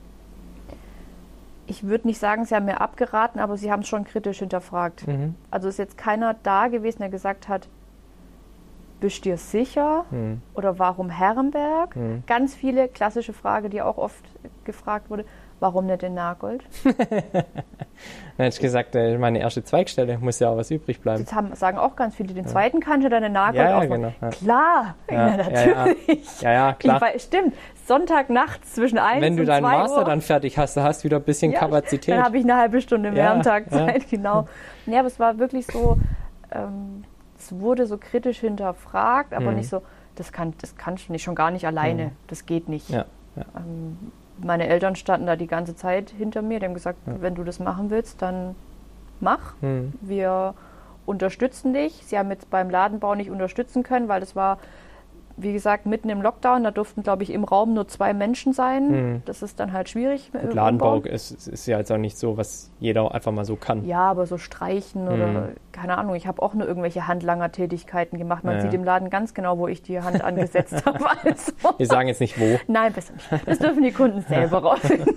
Ich würde nicht sagen, sie haben mir abgeraten, aber sie haben es schon kritisch hinterfragt. Mhm. Also ist jetzt keiner da gewesen, der gesagt hat, bist du dir sicher? Hm. Oder warum Herrenberg? Hm. Ganz viele klassische Frage, die auch oft gefragt wurde, warum nicht in Nagold? Dann hätte ich gesagt, meine erste Zweigstelle muss ja auch was übrig bleiben. Das haben, sagen auch ganz viele, den zweiten ja. kannst du deine Nagel ja, ja, aufmachen. Genau, ja. Klar, ja, ja, natürlich. Ja, ja, ja klar. Weiß, stimmt, Sonntag nachts zwischen eins und zwei Uhr. Wenn du deinen Master Uhr. dann fertig hast, dann hast du wieder ein bisschen ja, Kapazität. Dann habe ich eine halbe Stunde mehr ja, am Tag Zeit, ja. genau. Ja, aber es war wirklich so, ähm, es wurde so kritisch hinterfragt, aber mhm. nicht so, das, kann, das kannst du nicht, schon gar nicht alleine, mhm. das geht nicht. Ja, ja. Ähm, meine Eltern standen da die ganze Zeit hinter mir, die haben gesagt, ja. wenn du das machen willst, dann mach. Mhm. Wir unterstützen dich. Sie haben jetzt beim Ladenbau nicht unterstützen können, weil das war, wie gesagt, mitten im Lockdown. Da durften, glaube ich, im Raum nur zwei Menschen sein. Mhm. Das ist dann halt schwierig. Gut, Ladenbau ist, ist ja jetzt auch nicht so, was jeder einfach mal so kann. Ja, aber so streichen mhm. oder, keine Ahnung, ich habe auch nur irgendwelche Handlanger-Tätigkeiten gemacht. Man ja. sieht im Laden ganz genau, wo ich die Hand angesetzt habe. Also. Wir sagen jetzt nicht wo. Nein, besser nicht. Das dürfen die Kunden selber rausfinden.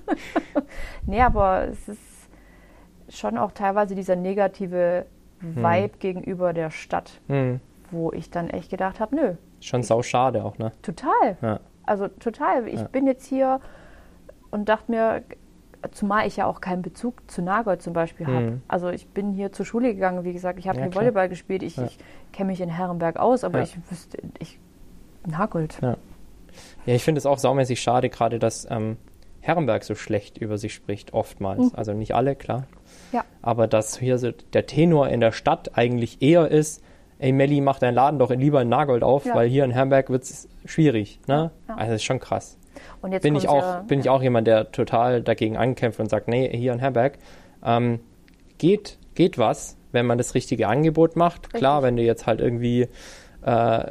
Nee, aber es ist schon auch teilweise dieser negative Vibe mhm. gegenüber der Stadt, mhm. wo ich dann echt gedacht habe, nö. Schon sau schade auch, ne? Total. Ja. Also total. Ich ja. bin jetzt hier und dachte mir, zumal ich ja auch keinen Bezug zu Nagold zum Beispiel habe. Mhm. Also ich bin hier zur Schule gegangen, wie gesagt, ich habe ja, hier Volleyball gespielt, ich, ja. ich kenne mich in Herrenberg aus, aber ja. ich wüsste, ich, Nagold. Ja, ja ich finde es auch saumäßig schade, gerade dass ähm, Herrenberg so schlecht über sich spricht, oftmals. Mhm. Also nicht alle, klar. Ja. Aber dass hier so der Tenor in der Stadt eigentlich eher ist, ey Melli, mach deinen Laden doch lieber in Nagold auf, ja. weil hier in Herrenberg wird es schwierig. Ne? Ja, ja. Also das ist schon krass. Und jetzt bin ich auch, ja, bin ja. ich auch jemand, der total dagegen ankämpft und sagt, nee, hier in Herrenberg ähm, geht, geht was, wenn man das richtige Angebot macht. Richtig. Klar, wenn du jetzt halt irgendwie äh,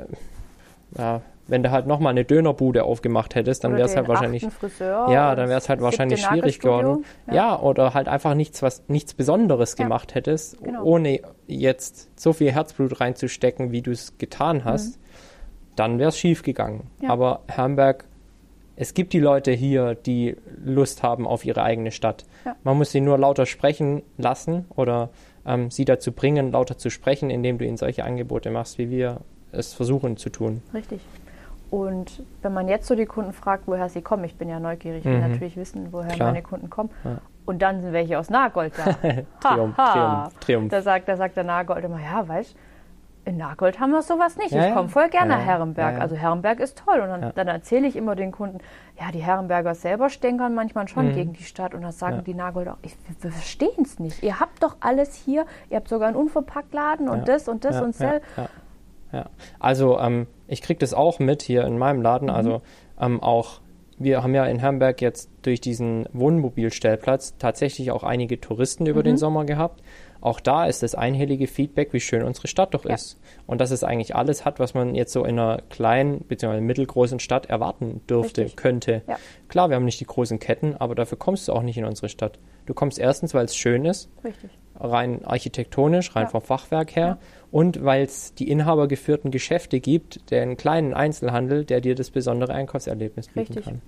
ja, wenn du halt nochmal eine Dönerbude aufgemacht hättest, dann wäre es halt wahrscheinlich Friseur, ja, dann wäre es halt wahrscheinlich schwierig geworden. Ja. ja, oder halt einfach nichts, was nichts Besonderes ja. gemacht hättest, genau. ohne jetzt so viel Herzblut reinzustecken, wie du es getan hast, mhm. dann wäre es schief gegangen. Ja. Aber Herrenberg, es gibt die Leute hier, die Lust haben auf ihre eigene Stadt. Ja. Man muss sie nur lauter sprechen lassen oder ähm, sie dazu bringen, lauter zu sprechen, indem du ihnen solche Angebote machst, wie wir es versuchen zu tun. Richtig. Und wenn man jetzt so die Kunden fragt, woher sie kommen, ich bin ja neugierig, ich will mhm. natürlich wissen, woher Klar. meine Kunden kommen. Ja. Und dann sind welche aus Nagold da. Triumph, ha, ha. Triumph, Triumph. Da sagt, da sagt der Nagold immer, ja, weißt du, in Nagold haben wir sowas nicht. Ja, ich komme voll gerne ja, nach Herrenberg. ja, ja. Also Herrenberg ist toll. Und dann, ja. dann erzähle ich immer den Kunden, ja, die Herrenberger selber stänkern manchmal schon mhm. gegen die Stadt. Und dann sagen ja. die Nagolder, ich, wir verstehen es nicht. Ihr habt doch alles hier. Ihr habt sogar einen Unverpacktladen und ja. das und das ja, und sel. Ja, ja. Ja, also ähm, ich kriege das auch mit hier in meinem Laden, Mhm. also ähm, auch, wir haben ja in Herrenberg jetzt durch diesen Wohnmobilstellplatz tatsächlich auch einige Touristen über Mhm. den Sommer gehabt. Auch da ist das einhellige Feedback, wie schön unsere Stadt doch Ja. ist. Und dass es eigentlich alles hat, was man jetzt so in einer kleinen bzw. mittelgroßen Stadt erwarten dürfte, Richtig. könnte. Ja. Klar, wir haben nicht die großen Ketten, aber dafür kommst du auch nicht in unsere Stadt. Du kommst erstens, weil es schön ist, Richtig. rein architektonisch, rein Ja. vom Fachwerk her Ja. und weil es die inhabergeführten Geschäfte gibt, den kleinen Einzelhandel, der dir das besondere Einkaufserlebnis bieten Richtig. kann.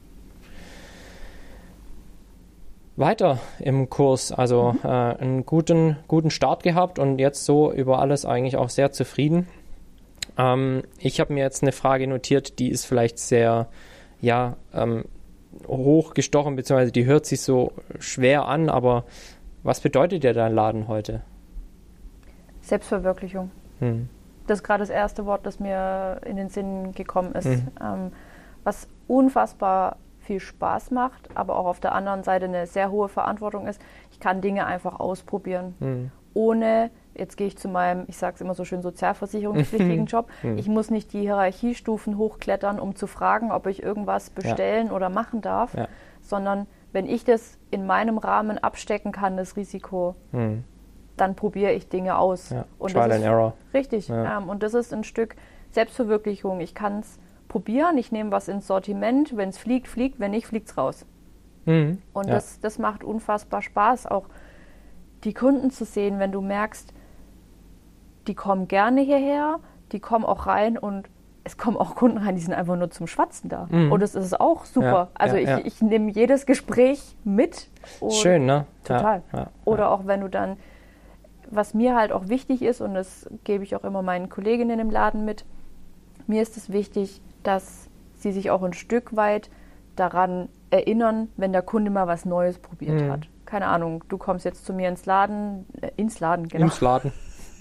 Weiter im Kurs, also Mhm. äh, einen guten, guten Start gehabt und jetzt so über alles eigentlich auch sehr zufrieden. Ähm, ich habe mir jetzt eine Frage notiert, die ist vielleicht sehr, ja, ähm, hochgestochen, beziehungsweise die hört sich so schwer an, aber was bedeutet dir dein Laden heute? Selbstverwirklichung. Hm. Das ist gerade das erste Wort, das mir in den Sinn gekommen ist. Mhm. Ähm, was unfassbar viel Spaß macht, aber auch auf der anderen Seite eine sehr hohe Verantwortung ist. Ich kann Dinge einfach ausprobieren, Mhm. ohne, jetzt gehe ich zu meinem, ich sage es immer so schön, sozialversicherungspflichtigen Job. Mhm. Ich muss nicht die Hierarchiestufen hochklettern, um zu fragen, ob ich irgendwas bestellen oder machen darf, Ja. sondern wenn ich das in meinem Rahmen abstecken kann, das Risiko, Hm. dann probiere ich Dinge aus. Ja. Und Trial das and ist, Error. Richtig. Ja. Ähm, und das ist ein Stück Selbstverwirklichung. Ich kann es probieren, ich nehme was ins Sortiment. Wenn es fliegt, fliegt. Wenn nicht, fliegt es raus. Mhm. Und Ja. das, das macht unfassbar Spaß, auch die Kunden zu sehen, wenn du merkst, die kommen gerne hierher, die kommen auch rein und es kommen auch Kunden rein, die sind einfach nur zum Schwatzen da. Mhm. Und das ist auch super. Ja, Also ja, ich, ja. ich nehme jedes Gespräch mit. Und Schön, ne? Total. Ja, ja, Oder ja. auch wenn du dann, was mir halt auch wichtig ist, und das gebe ich auch immer meinen Kolleginnen im Laden mit, mir ist es wichtig, dass sie sich auch ein Stück weit daran erinnern, wenn der Kunde mal was Neues probiert Mhm. hat. keine Ahnung, du kommst jetzt zu mir ins Laden, äh, ins Laden, genau. Ins Laden.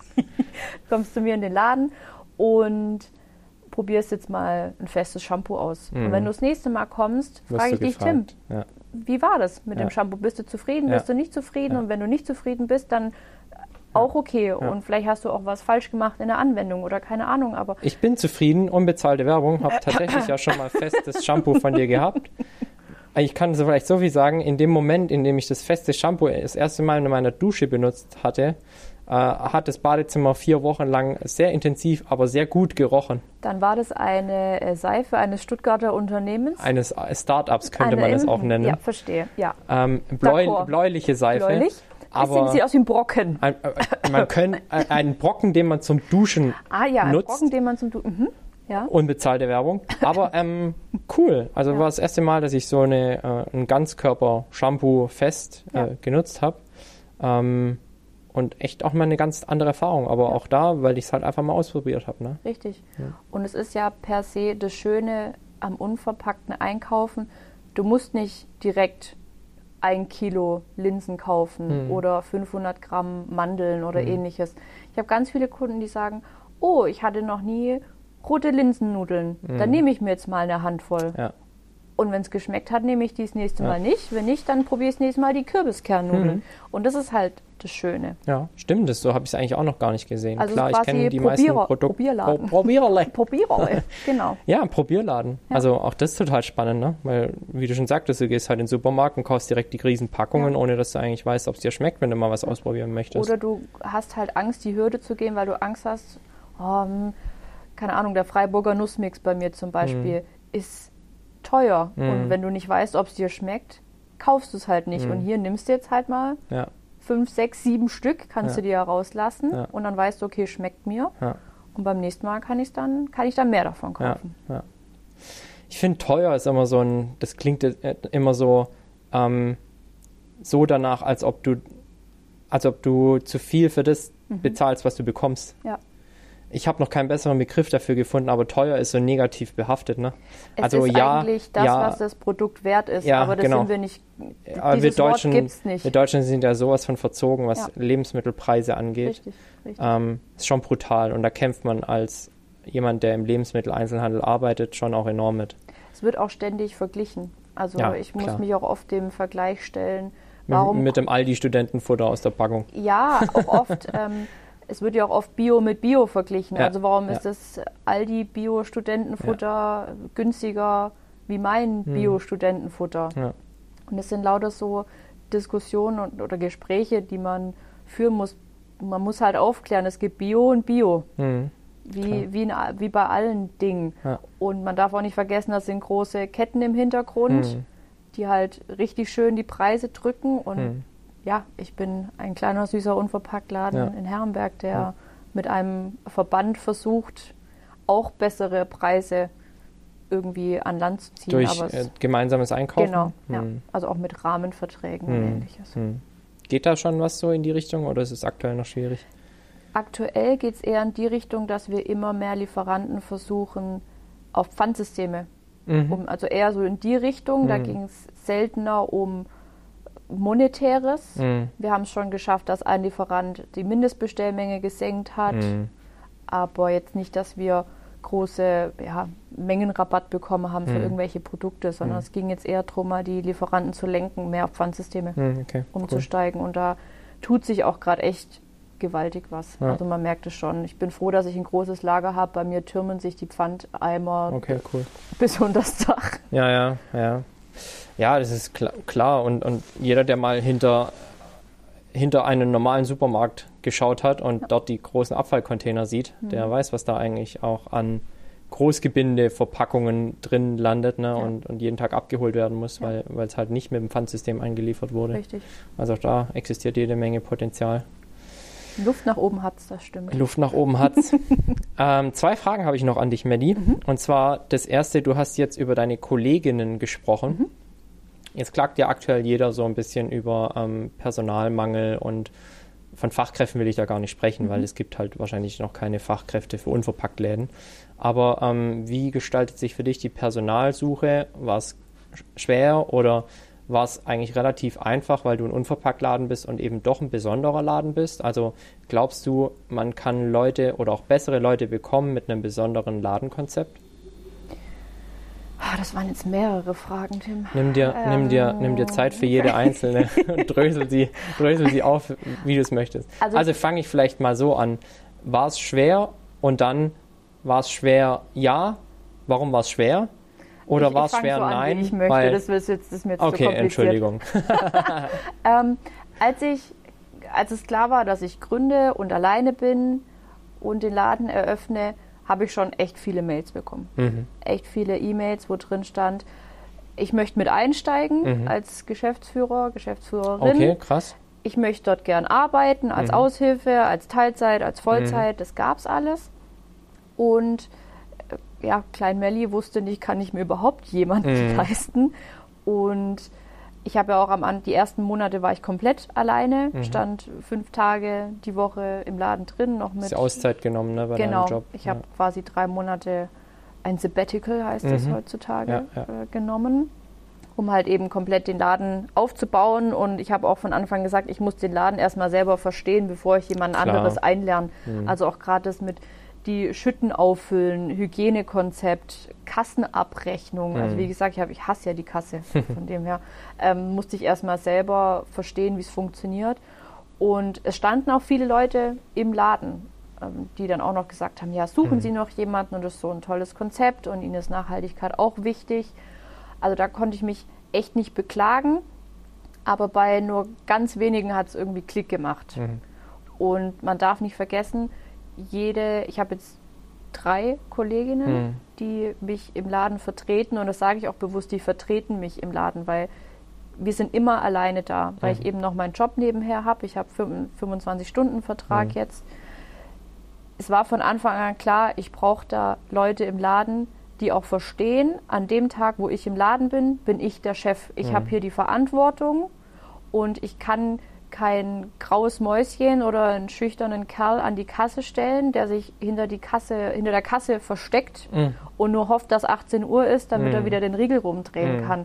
kommst zu mir in den Laden und probierst jetzt mal ein festes Shampoo aus. Mhm. Und wenn du das nächste Mal kommst, frage ich dich, Tim, ja. wie war das mit ja. dem Shampoo? Bist du zufrieden? Ja. Bist du nicht zufrieden? Ja. Und wenn du nicht zufrieden bist, dann auch okay. Ja. Und vielleicht hast du auch was falsch gemacht in der Anwendung oder keine Ahnung. Aber ich bin zufrieden, unbezahlte Werbung, habe tatsächlich ja schon mal festes Shampoo von dir gehabt. Ich kann so vielleicht so viel sagen, in dem Moment, in dem ich das feste Shampoo das erste Mal in meiner Dusche benutzt hatte, äh, hat das Badezimmer vier Wochen lang sehr intensiv, aber sehr gut gerochen. Dann war das eine äh, Seife eines Stuttgarter Unternehmens? Eines Startups könnte eine, man es auch nennen. Ja, verstehe. Ja. Ähm, bläu, bläuliche Seife. Bläulich? Aber sieht aus wie ein Brocken. Ein, äh, man können, äh, einen Brocken, den man zum Duschen ah, ja, nutzt. Ein Brocken, den man zum Duschen mhm. Ja. Unbezahlte Werbung. Aber ähm, cool. Also ja. war das erste Mal, dass ich so eine, äh, ein Ganzkörper-Shampoo fest äh, ja. genutzt habe. Ähm, und echt auch mal eine ganz andere Erfahrung. Aber ja. auch da, weil ich es halt einfach mal ausprobiert habe. Ne? Richtig. Ja. Und es ist ja per se das Schöne am unverpackten Einkaufen. Du musst nicht direkt ein Kilo Linsen kaufen hm. oder fünfhundert Gramm Mandeln oder hm. ähnliches. Ich habe ganz viele Kunden, die sagen, oh, ich hatte noch nie rote Linsennudeln. Mhm. Dann nehme ich mir jetzt mal eine Handvoll. Ja. Und wenn es geschmeckt hat, nehme ich die das nächste ja. Mal nicht. Wenn nicht, dann probiere ich das nächste Mal die Kürbiskernnudeln. Mhm. Und das ist halt das Schöne. Ja, stimmt. Das, so habe ich es eigentlich auch noch gar nicht gesehen. Also klar, ich kenne die Probierer, meisten Produkte. Probierladen. Pro, Probierle. Probierle, genau. Ja, ein Probierladen. Ja. Also auch das ist total spannend, ne? Weil, wie du schon sagtest, du gehst halt in den Supermarkt und kaufst direkt die Riesenpackungen, ja. ohne dass du eigentlich weißt, ob es dir schmeckt, wenn du mal was ausprobieren möchtest. Oder du hast halt Angst, die Hürde zu gehen, weil du Angst hast, oh, keine Ahnung, der Freiburger Nussmix bei mir zum Beispiel mm. ist teuer. Mm. Und wenn du nicht weißt, ob es dir schmeckt, kaufst du es halt nicht. Mm. Und hier nimmst du jetzt halt mal ja. fünf, sechs, sieben Stück, kannst ja. du dir ja rauslassen. Ja. Und dann weißt du, okay, schmeckt mir. Ja. Und beim nächsten Mal kann, ich's dann, kann ich dann mehr davon kaufen. Ja. Ja. Ich finde, teuer ist immer so ein, das klingt immer so, ähm, so danach, als ob du, als ob du zu viel für das mhm. bezahlst, was du bekommst. Ja. Ich habe noch keinen besseren Begriff dafür gefunden, aber teuer ist so negativ behaftet. Ne? Es also ist ja, eigentlich das, ja, was das Produkt wert ist, ja, aber das genau. sind wir nicht, aber dieses wir Deutschen, Wort gibt's nicht. Wir Deutschen sind ja sowas von verzogen, was ja. Lebensmittelpreise angeht. Richtig, richtig. Ähm, ist schon brutal und da kämpft man als jemand, der im Lebensmitteleinzelhandel arbeitet, schon auch enorm mit. Es wird auch ständig verglichen. Also ja, ich muss klar. mich auch oft dem Vergleich stellen. Warum mit, mit dem Aldi-Studentenfutter aus der Packung. Ja, auch oft. ähm, Es wird ja auch oft Bio mit Bio verglichen. Ja, also warum ja. ist das Aldi-Bio-Studentenfutter ja. günstiger wie mein hm. Bio-Studentenfutter? Ja. Und das sind lauter so Diskussionen und, oder Gespräche, die man führen muss. Man muss halt aufklären, es gibt Bio und Bio. Hm. Wie, wie, in, wie bei allen Dingen. Ja. Und man darf auch nicht vergessen, das sind große Ketten im Hintergrund, hm. die halt richtig schön die Preise drücken und hm. ja, ich bin ein kleiner, süßer Unverpacktladen ja. in Herrenberg, der ja. mit einem Verband versucht, auch bessere Preise irgendwie an Land zu ziehen. Durch Aber äh, gemeinsames Einkaufen? Genau, hm. ja. Also auch mit Rahmenverträgen hm. und ähnliches. Hm. Geht da schon was so in die Richtung oder ist es aktuell noch schwierig? Aktuell geht es eher in die Richtung, dass wir immer mehr Lieferanten versuchen, auf Pfandsysteme, mhm. um, also eher so in die Richtung. Mhm. Da ging es seltener um Monetäres. Mm. Wir haben es schon geschafft, dass ein Lieferant die Mindestbestellmenge gesenkt hat, mm. aber jetzt nicht, dass wir große ja, Mengenrabatt bekommen haben für mm. irgendwelche Produkte, sondern mm. es ging jetzt eher darum, mal die Lieferanten zu lenken, mehr auf Pfandsysteme mm, okay, umzusteigen. Cool. Und da tut sich auch gerade echt gewaltig was. Ja. Also man merkt es schon. Ich bin froh, dass ich ein großes Lager habe. Bei mir türmen sich die Pfandeimer okay, cool. bis unter das Dach. Ja, ja, ja. Ja, das ist klar, klar. Und, und jeder, der mal hinter, hinter einen normalen Supermarkt geschaut hat und ja. dort die großen Abfallcontainer sieht, mhm. der weiß, was da eigentlich auch an Großgebinde-Verpackungen drin landet, ne, ja. und, und jeden Tag abgeholt werden muss, ja. weil es halt nicht mit dem Pfandsystem eingeliefert wurde. Richtig. Also auch da existiert jede Menge Potenzial. Luft nach oben hat's, das stimmt. Luft nach oben hat's. ähm, zwei Fragen habe ich noch an dich, Maddie. Mhm. Und zwar das erste, du hast jetzt über deine Kolleginnen gesprochen. Mhm. Jetzt klagt ja aktuell jeder so ein bisschen über ähm, Personalmangel und von Fachkräften will ich da gar nicht sprechen, mhm. weil es gibt halt wahrscheinlich noch keine Fachkräfte für Unverpacktläden. Aber ähm, wie gestaltet sich für dich die Personalsuche? War es schwer oder war es eigentlich relativ einfach, weil du ein Unverpacktladen bist und eben doch ein besonderer Laden bist? Also glaubst du, man kann Leute oder auch bessere Leute bekommen mit einem besonderen Ladenkonzept? Ah, das waren jetzt mehrere Fragen, Tim. Nimm dir, ähm, nimm dir, nimm dir Zeit für jede einzelne und drösel sie, drösel sie auf, wie du es möchtest. Also, also fange ich vielleicht mal so an. War es schwer und dann war es schwer, ja. Warum war es schwer? Oder war es schwer, so nein? An, ich möchte, weil, das ist jetzt, das ist mir jetzt okay, zu kompliziert. Entschuldigung. ähm, als, ich, als es klar war, dass ich gründe und alleine bin und den Laden eröffne, habe ich schon echt viele Mails bekommen. Mhm. Echt viele E-Mails, wo drin stand, ich möchte mit einsteigen mhm. als Geschäftsführer, Geschäftsführerin. Okay, krass. Ich möchte dort gern arbeiten, als mhm. Aushilfe, als Teilzeit, als Vollzeit, mhm. das gab es alles. Und äh, ja, Klein Melli wusste nicht, kann ich mir überhaupt jemanden mhm. leisten. Und ich habe ja auch am Anfang, die ersten Monate war ich komplett alleine, mhm. stand fünf Tage die Woche im Laden drin, noch mit... Hast du Auszeit genommen, ne, bei genau, deinem Job? Ich ja. habe quasi drei Monate, ein Sabbatical heißt mhm. das heutzutage, ja, ja. Äh, genommen, um halt eben komplett den Laden aufzubauen. Und ich habe auch von Anfang gesagt, ich muss den Laden erstmal selber verstehen, bevor ich jemand Klar. anderes einlerne. Mhm. Also auch gerade das mit die Schütten auffüllen, Hygienekonzept, Kassenabrechnung. Mhm. Also wie gesagt, ich, hab, ich hasse ja die Kasse. Von dem her ähm, musste ich erstmal selber verstehen, wie es funktioniert. Und es standen auch viele Leute im Laden, ähm, die dann auch noch gesagt haben, ja, suchen mhm. Sie noch jemanden, und das ist so ein tolles Konzept und Ihnen ist Nachhaltigkeit auch wichtig. Also da konnte ich mich echt nicht beklagen, aber bei nur ganz wenigen hat es irgendwie Klick gemacht. Mhm. Und man darf nicht vergessen, jede, ich habe jetzt drei Kolleginnen, mhm. die mich im Laden vertreten, und das sage ich auch bewusst, die vertreten mich im Laden, weil wir sind immer alleine da, weil mhm. ich eben noch meinen Job nebenher habe. Ich habe fünfundzwanzig-Stunden-Vertrag mhm. jetzt. Es war von Anfang an klar, ich brauche da Leute im Laden, die auch verstehen, an dem Tag, wo ich im Laden bin, bin ich der Chef. Ich mhm. habe hier die Verantwortung und ich kann kein graues Mäuschen oder einen schüchternen Kerl an die Kasse stellen, der sich hinter, die Kasse, hinter der Kasse versteckt mm. und nur hofft, dass achtzehn Uhr ist, damit mm. er wieder den Riegel rumdrehen mm. kann.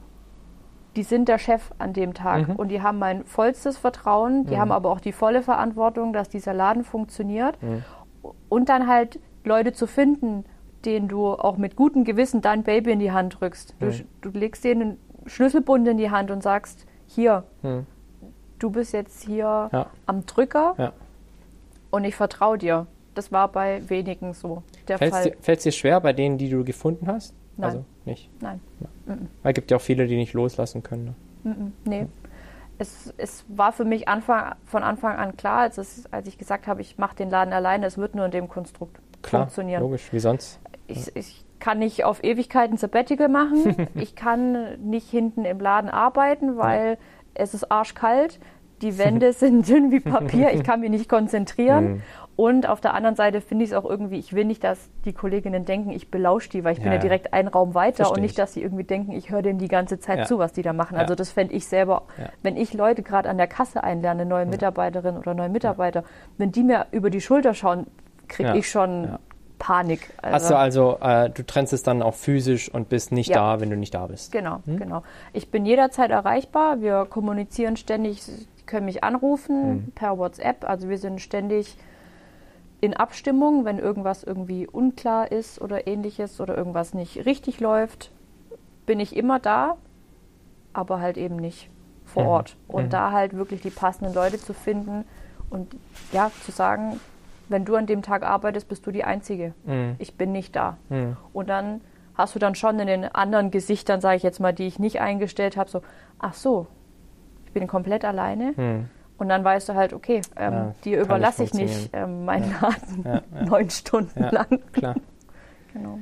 Die sind der Chef an dem Tag mhm. und die haben mein vollstes Vertrauen, die mm. haben aber auch die volle Verantwortung, dass dieser Laden funktioniert. Mm. Und dann halt Leute zu finden, denen du auch mit gutem Gewissen dein Baby in die Hand drückst. Du, mm. du legst denen einen Schlüsselbund in die Hand und sagst, hier, mm. du bist jetzt hier ja. am Drücker ja. und ich vertraue dir. Das war bei wenigen so der Fällt's Fall. Dir, fällt es dir schwer bei denen, die du gefunden hast? Nein. Also nicht? Nein. Ja. Weil es gibt ja auch viele, die nicht loslassen können. Ne? Mm-mm. Nee. Ja. Es, es war für mich Anfang, von Anfang an klar, als, es, als ich gesagt habe, ich mache den Laden alleine, es wird nur in dem Konstrukt klar, funktionieren. Logisch, wie sonst? Ich, ich kann nicht auf Ewigkeiten Sabbatical machen. Ich kann nicht hinten im Laden arbeiten, weil ja. es ist arschkalt, die Wände sind dünn wie Papier, ich kann mich nicht konzentrieren. Mhm. Und auf der anderen Seite finde ich es auch irgendwie, ich will nicht, dass die Kolleginnen denken, ich belausche die, weil ich ja, bin ja direkt einen Raum weiter Verstehe und nicht, dass sie irgendwie denken, ich höre denen die ganze Zeit ja. zu, was die da machen. Ja. Also das fände ich selber, ja. wenn ich Leute gerade an der Kasse einlerne, neue Mitarbeiterin oder neue Mitarbeiter, ja. wenn die mir über die Schulter schauen, kriege ja. ich schon ja. Panik. Also, Hast du also, äh, du trennst es dann auch physisch und bist nicht ja. da, wenn du nicht da bist. Genau, hm? genau. Ich bin jederzeit erreichbar, wir kommunizieren ständig, Sie können mich anrufen hm. per WhatsApp, also wir sind ständig in Abstimmung, wenn irgendwas irgendwie unklar ist oder ähnliches oder irgendwas nicht richtig läuft, bin ich immer da, aber halt eben nicht vor mhm. Ort. Und mhm. da halt wirklich die passenden Leute zu finden und ja, zu sagen, wenn du an dem Tag arbeitest, bist du die Einzige. Mhm. Ich bin nicht da. Mhm. Und dann hast du dann schon in den anderen Gesichtern, sage ich jetzt mal, die ich nicht eingestellt habe, so, ach so, ich bin komplett alleine. Mhm. Und dann weißt du halt, okay, ähm, ja, dir überlasse ich nicht ähm, meinen ja. Laden ja, ja. neun Stunden ja, lang. Klar. Genau.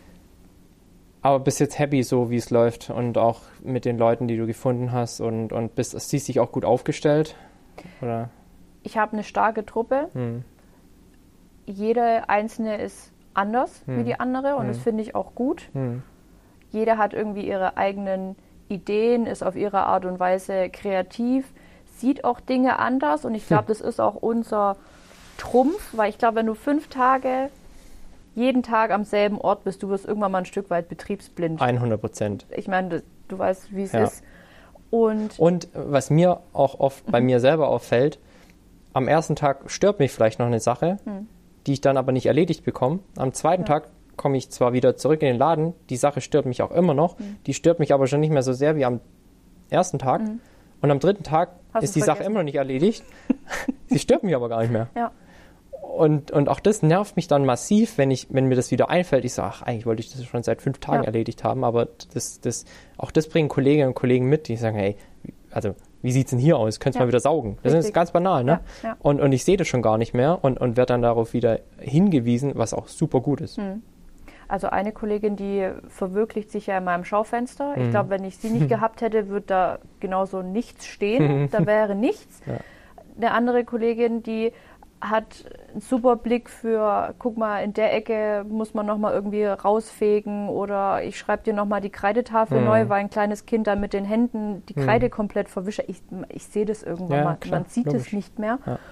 Aber bist jetzt happy, so wie es läuft und auch mit den Leuten, die du gefunden hast und, und bist, siehst dich auch gut aufgestellt? Oder? Ich habe eine starke Truppe. Hm. Jede Einzelne ist anders hm. wie die andere und hm. das finde ich auch gut. Hm. Jeder hat irgendwie ihre eigenen Ideen, ist auf ihre Art und Weise kreativ, sieht auch Dinge anders und ich glaube, das ist auch unser Trumpf, weil ich glaube, wenn du fünf Tage jeden Tag am selben Ort bist, du wirst irgendwann mal ein Stück weit betriebsblind. hundert Prozent. Ich meine, du weißt, wie es ja. ist. Und, Und was mir auch oft bei mir selber auffällt, am ersten Tag stört mich vielleicht noch eine Sache, mhm. die ich dann aber nicht erledigt bekomme. Am zweiten ja. Tag komme ich zwar wieder zurück in den Laden, die Sache stört mich auch immer noch, mhm. die stört mich aber schon nicht mehr so sehr wie am ersten Tag. Mhm. Und am dritten Tag Hast ist die vergessen? Sache immer noch nicht erledigt. Sie stört mich aber gar nicht mehr. Ja. Und, und auch das nervt mich dann massiv, wenn ich, wenn mir das wieder einfällt. Ich sage, ach, eigentlich wollte ich das schon seit fünf Tagen ja. erledigt haben, aber das, das, auch das bringen Kolleginnen und Kollegen mit, die sagen, hey, also wie sieht es denn hier aus? Könntest du ja. mal wieder saugen? Das Richtig. Ist ganz banal, ne? Ja. Ja. Und, und ich sehe das schon gar nicht mehr und, und werde dann darauf wieder hingewiesen, was auch super gut ist. Mhm. Also eine Kollegin, die verwirklicht sich ja in meinem Schaufenster. Ich glaube, wenn ich sie nicht gehabt hätte, würde da genauso nichts stehen. Da wäre nichts. Ja. Eine andere Kollegin, die hat einen super Blick für, guck mal, in der Ecke muss man nochmal irgendwie rausfegen oder ich schreibe dir nochmal die Kreidetafel mhm. neu, weil ein kleines Kind dann mit den Händen die Kreide mhm. komplett verwischt. Ich, ich sehe das irgendwann ja, mal. Klar, man sieht logisch. es nicht mehr. Ja.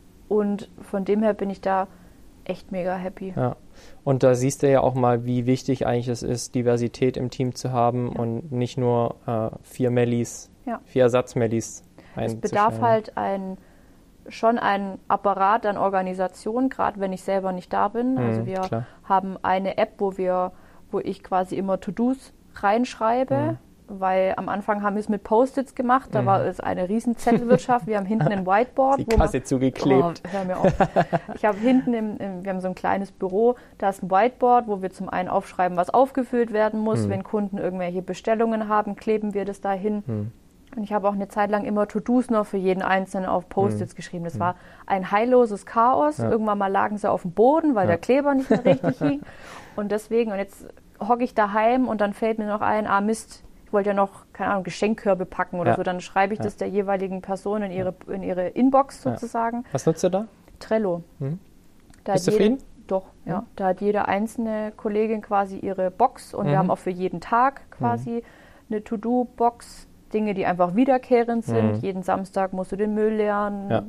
Und von dem her bin ich da echt mega happy. Ja. Und da siehst du ja auch mal, wie wichtig eigentlich es ist, Diversität im Team zu haben ja. und nicht nur äh, vier Mellis, ja. vier Ersatzmellis einzustellen. Es bedarf halt ein, schon einen Apparat an Organisation, gerade wenn ich selber nicht da bin. Mhm, also wir klar. haben eine App, wo wir, wo ich quasi immer To-Dos reinschreibe. Mhm. Weil am Anfang haben wir es mit Post-its gemacht, da mhm. war es eine riesen Zettelwirtschaft. Wir haben hinten ein Whiteboard. Die Kasse man, zugeklebt. Oh, hör mir auf. Ich habe hinten, im, im, wir haben so ein kleines Büro, da ist ein Whiteboard, wo wir zum einen aufschreiben, was aufgefüllt werden muss. Mhm. Wenn Kunden irgendwelche Bestellungen haben, kleben wir das da hin. Mhm. Und ich habe auch eine Zeit lang immer To-Dos noch für jeden Einzelnen auf Post-its mhm. geschrieben. Das mhm. war ein heilloses Chaos. Ja. Irgendwann mal lagen sie auf dem Boden, weil ja. der Kleber nicht mehr richtig hing. Und deswegen, und jetzt hocke ich daheim und dann fällt mir noch ein, ah Mist, ich wollte ja noch, keine Ahnung, Geschenkkörbe packen oder ja. so, dann schreibe ich ja. das der jeweiligen Person in ihre, in ihre Inbox sozusagen. Ja. Was nutzt du da? Trello. Mhm. Da Bist du zufrieden? Doch, mhm. ja. Da hat jede einzelne Kollegin quasi ihre Box und mhm. wir haben auch für jeden Tag quasi mhm. eine To-Do-Box, Dinge, die einfach wiederkehrend sind. Mhm. Jeden Samstag musst du den Müll leeren, ja.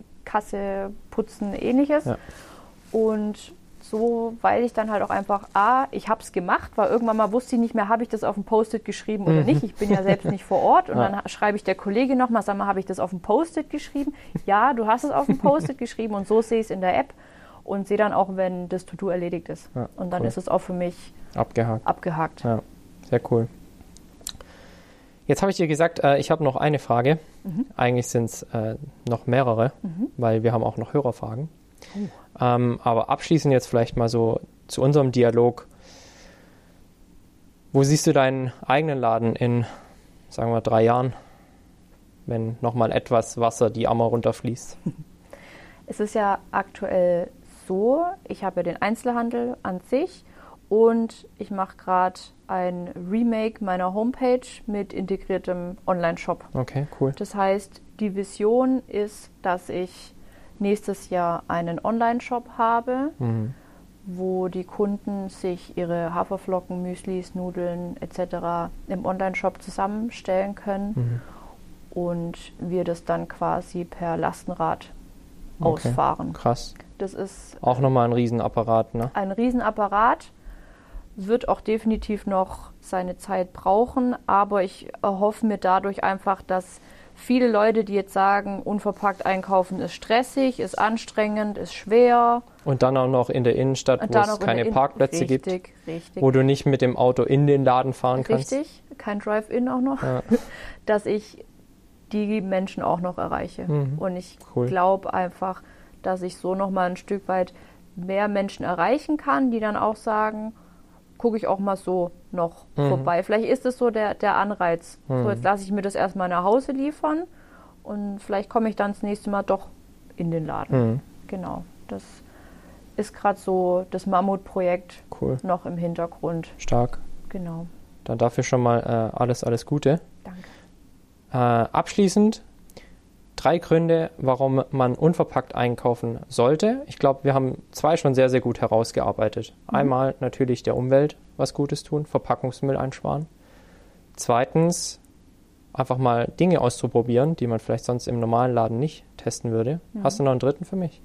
Kasse putzen, ähnliches. Ja. Und so, weil ich dann halt auch einfach, A, ich habe es gemacht, weil irgendwann mal wusste ich nicht mehr, habe ich das auf dem Post-it geschrieben oder mhm. nicht. Ich bin ja selbst nicht vor Ort. Und ja. dann schreibe ich der Kollegin nochmal, sag mal, habe ich das auf dem Post-it geschrieben? Ja, du hast es auf dem Post-it geschrieben und so sehe ich es in der App und sehe dann auch, wenn das To-Do erledigt ist. Ja, und dann cool. ist es auch für mich abgehakt. abgehakt. Ja, sehr cool. Jetzt habe ich dir gesagt, äh, ich habe noch eine Frage. Mhm. Eigentlich sind es äh, noch mehrere, mhm. weil wir haben auch noch Hörerfragen. Oh. Ähm, aber abschließend jetzt vielleicht mal so zu unserem Dialog. Wo siehst du deinen eigenen Laden in, sagen wir, drei Jahren, wenn nochmal etwas Wasser die Ammer runterfließt? Es ist ja aktuell so, ich habe ja den Einzelhandel an sich und ich mache gerade ein Remake meiner Homepage mit integriertem Online-Shop. Okay, cool. Das heißt, die Vision ist, dass ich nächstes Jahr einen Online-Shop habe, mhm. wo die Kunden sich ihre Haferflocken, Müslis, Nudeln et cetera im Online-Shop zusammenstellen können mhm. und wir das dann quasi per Lastenrad okay. ausfahren. Krass. Das ist auch nochmal ein Riesenapparat, ne? Ein Riesenapparat, wird auch definitiv noch seine Zeit brauchen, aber ich erhoffe mir dadurch einfach, dass viele Leute, die jetzt sagen, unverpackt einkaufen ist stressig, ist anstrengend, ist schwer. Und dann auch noch in der Innenstadt, wo es keine In- Parkplätze richtig, gibt, richtig. wo du nicht mit dem Auto in den Laden fahren kannst. Richtig, kein Drive-In auch noch, ja. dass ich die Menschen auch noch erreiche. Mhm. Und ich cool. glaube einfach, dass ich so noch mal ein Stück weit mehr Menschen erreichen kann, die dann auch sagen, gucke ich auch mal so noch mhm. vorbei. Vielleicht ist es so der, der Anreiz. Mhm. So, jetzt lasse ich mir das erstmal nach Hause liefern und vielleicht komme ich dann das nächste Mal doch in den Laden. Mhm. Genau. Das ist gerade so das Mammutprojekt cool. noch im Hintergrund. Stark. Genau. Dann dafür schon mal äh, alles, alles Gute. Danke. Äh, abschließend drei Gründe, warum man unverpackt einkaufen sollte. Ich glaube, wir haben zwei schon sehr, sehr gut herausgearbeitet. Mhm. Einmal natürlich der Umwelt was Gutes tun, Verpackungsmüll einsparen. Zweitens, einfach mal Dinge auszuprobieren, die man vielleicht sonst im normalen Laden nicht testen würde. Mhm. Hast du noch einen dritten für mich?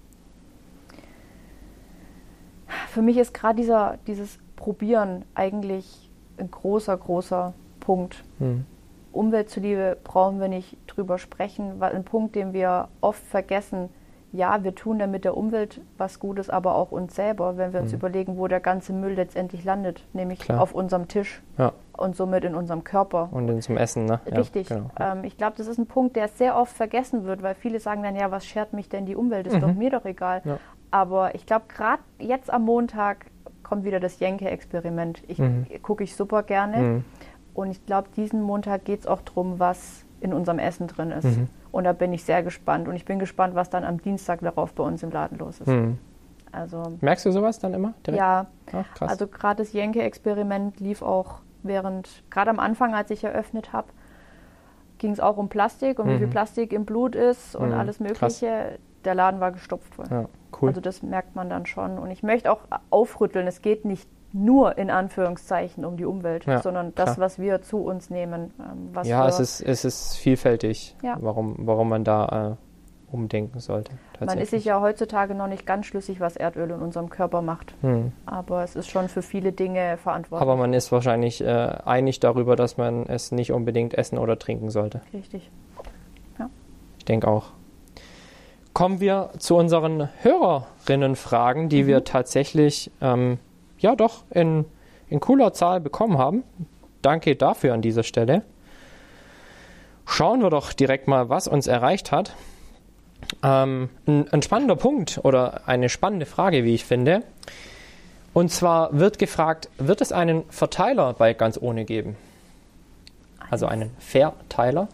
Für mich ist gerade dieser, dieses Probieren eigentlich ein großer, großer Punkt. Mhm. Umwelt zuliebe brauchen wir nicht drüber sprechen, weil ein Punkt, den wir oft vergessen, ja, wir tun damit der Umwelt was Gutes, aber auch uns selber, wenn wir uns mhm. überlegen, wo der ganze Müll letztendlich landet, nämlich Klar. auf unserem Tisch ja. und somit in unserem Körper. Und in zum Essen, ne? Richtig. Ja, genau. ähm, ich glaube, das ist ein Punkt, der sehr oft vergessen wird, weil viele sagen dann, ja, was schert mich denn die Umwelt, ist mhm. doch mir doch egal. Ja. Aber ich glaube, gerade jetzt am Montag kommt wieder das Jenke-Experiment. Ich mhm. gucke ich super gerne. Mhm. Und ich glaube, diesen Montag geht es auch darum, was in unserem Essen drin ist. Mhm. Und da bin ich sehr gespannt. Und ich bin gespannt, was dann am Dienstag darauf bei uns im Laden los ist. Mhm. Also, merkst du sowas dann immer direkt? Ja, Ach, krass. Also gerade das Jenke-Experiment lief auch während, gerade am Anfang, als ich eröffnet habe, ging es auch um Plastik und mhm. wie viel Plastik im Blut ist und mhm. alles Mögliche. Krass. Der Laden war gestopft voll. Ja, cool. Also das merkt man dann schon. Und ich möchte auch aufrütteln, es geht nicht nur in Anführungszeichen um die Umwelt, ja, sondern das, klar. was wir zu uns nehmen. Was ja, es ist, es ist vielfältig, ja. warum, warum man da äh, umdenken sollte. Man ist sich ja heutzutage noch nicht ganz schlüssig, was Erdöl in unserem Körper macht. Hm. Aber es ist schon für viele Dinge verantwortlich. Aber man ist wahrscheinlich äh, einig darüber, dass man es nicht unbedingt essen oder trinken sollte. Richtig. Ja. Ich denke auch. Kommen wir zu unseren Hörerinnenfragen, die mhm. wir tatsächlich ähm, ja doch in, in cooler Zahl bekommen haben. Danke dafür an dieser Stelle. Schauen wir doch direkt mal, was uns erreicht hat. Ähm, ein, ein spannender Punkt oder eine spannende Frage, wie ich finde. Und zwar wird gefragt, wird es einen Verteiler bei Ganz Ohne geben? Also einen Verteiler.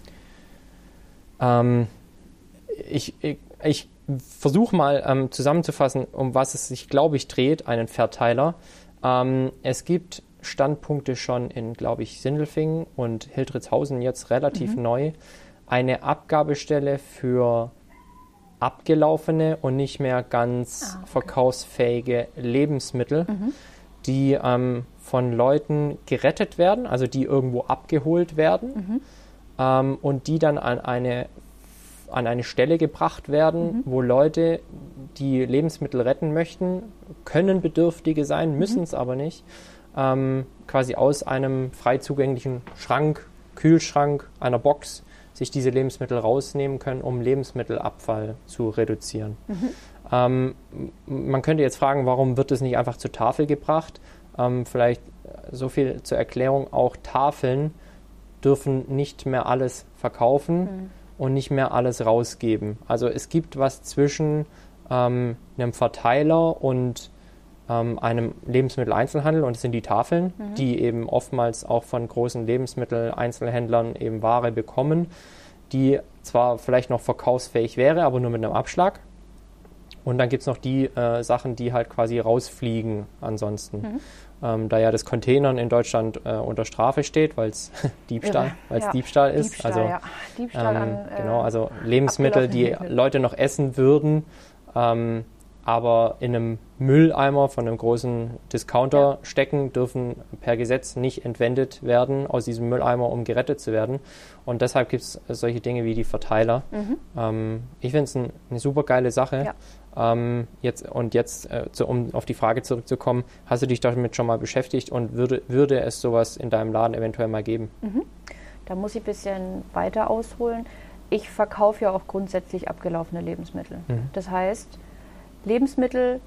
Ähm, ich ich, ich versuche mal ähm, zusammenzufassen, um was es sich, glaube ich, dreht, einen Verteiler. Ähm, es gibt Standpunkte schon in, glaube ich, Sindelfingen und Hildritzhausen jetzt relativ mhm. neu. Eine Abgabestelle für abgelaufene und nicht mehr ganz ah, okay. verkaufsfähige Lebensmittel, mhm. die ähm, von Leuten gerettet werden, also die irgendwo abgeholt werden mhm. ähm, und die dann an eine an eine Stelle gebracht werden, mhm. wo Leute, die Lebensmittel retten möchten, können Bedürftige sein, müssen es mhm. aber nicht, ähm, quasi aus einem frei zugänglichen Schrank, Kühlschrank, einer Box sich diese Lebensmittel rausnehmen können, um Lebensmittelabfall zu reduzieren. Mhm. Ähm, man könnte jetzt fragen, warum wird es nicht einfach zur Tafel gebracht? Ähm, vielleicht so viel zur Erklärung, auch Tafeln dürfen nicht mehr alles verkaufen. Mhm. und nicht mehr alles rausgeben. Also es gibt was zwischen ähm, einem Verteiler und ähm, einem Lebensmitteleinzelhandel und das sind die Tafeln, mhm. die eben oftmals auch von großen Lebensmitteleinzelhändlern eben Ware bekommen, die zwar vielleicht noch verkaufsfähig wäre, aber nur mit einem Abschlag. Und dann gibt es noch die äh, Sachen, die halt quasi rausfliegen ansonsten. Mhm. Ähm, da ja das Containern in Deutschland äh, unter Strafe steht, weil es Diebstahl, weil's ja. Diebstahl ist. Diebstahl, also, ja. Diebstahl ähm, an, äh, genau, also Lebensmittel, die Lebensmittel. Leute noch essen würden, ähm, aber in einem Mülleimer von einem großen Discounter ja. stecken, dürfen per Gesetz nicht entwendet werden aus diesem Mülleimer, um gerettet zu werden. Und deshalb gibt es solche Dinge wie die Verteiler. Mhm. Ähm, ich finde es ein, eine super geile Sache. Ja. Ähm, jetzt, und jetzt, äh, zu, um auf die Frage zurückzukommen, hast du dich damit schon mal beschäftigt und würde, würde es sowas in deinem Laden eventuell mal geben? Mhm. Da muss ich ein bisschen weiter ausholen. Ich verkaufe ja auch grundsätzlich abgelaufene Lebensmittel. Mhm. Das heißt, Lebensmittel,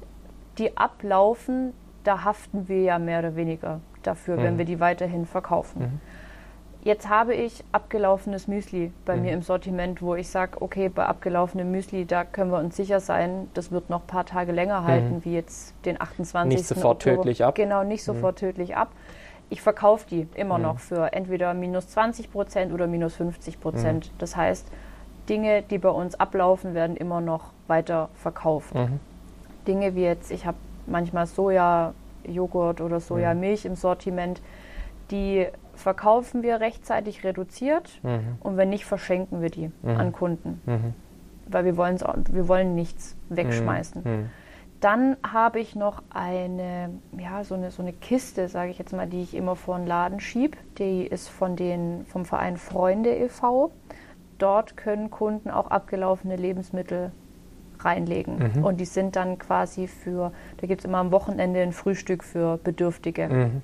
die ablaufen, da haften wir ja mehr oder weniger dafür, mhm. wenn wir die weiterhin verkaufen. Mhm. Jetzt habe ich abgelaufenes Müsli bei mhm. mir im Sortiment, wo ich sage, okay, bei abgelaufenem Müsli, da können wir uns sicher sein, das wird noch ein paar Tage länger halten, mhm. wie jetzt den achtundzwanzigsten Nicht sofort Oktober. tödlich ab. Genau, nicht sofort mhm. tödlich ab. Ich verkaufe die immer mhm. noch für entweder minus zwanzig Prozent oder minus fünfzig Prozent. Mhm. Das heißt, Dinge, die bei uns ablaufen, werden immer noch weiter verkauft. Mhm. Dinge wie jetzt, ich habe manchmal Sojajoghurt oder Sojamilch mhm. im Sortiment, die verkaufen wir rechtzeitig reduziert mhm. und wenn nicht, verschenken wir die mhm. an Kunden. Mhm. Weil wir, wir wollen nichts wegschmeißen. Mhm. Dann habe ich noch eine, ja, so eine, so eine Kiste, sage ich jetzt mal, die ich immer vor den Laden schiebe. Die ist von den, vom Verein Freunde e V Dort können Kunden auch abgelaufene Lebensmittel reinlegen. Mhm. Und die sind dann quasi für, da gibt es immer am Wochenende ein Frühstück für Bedürftige. Mhm.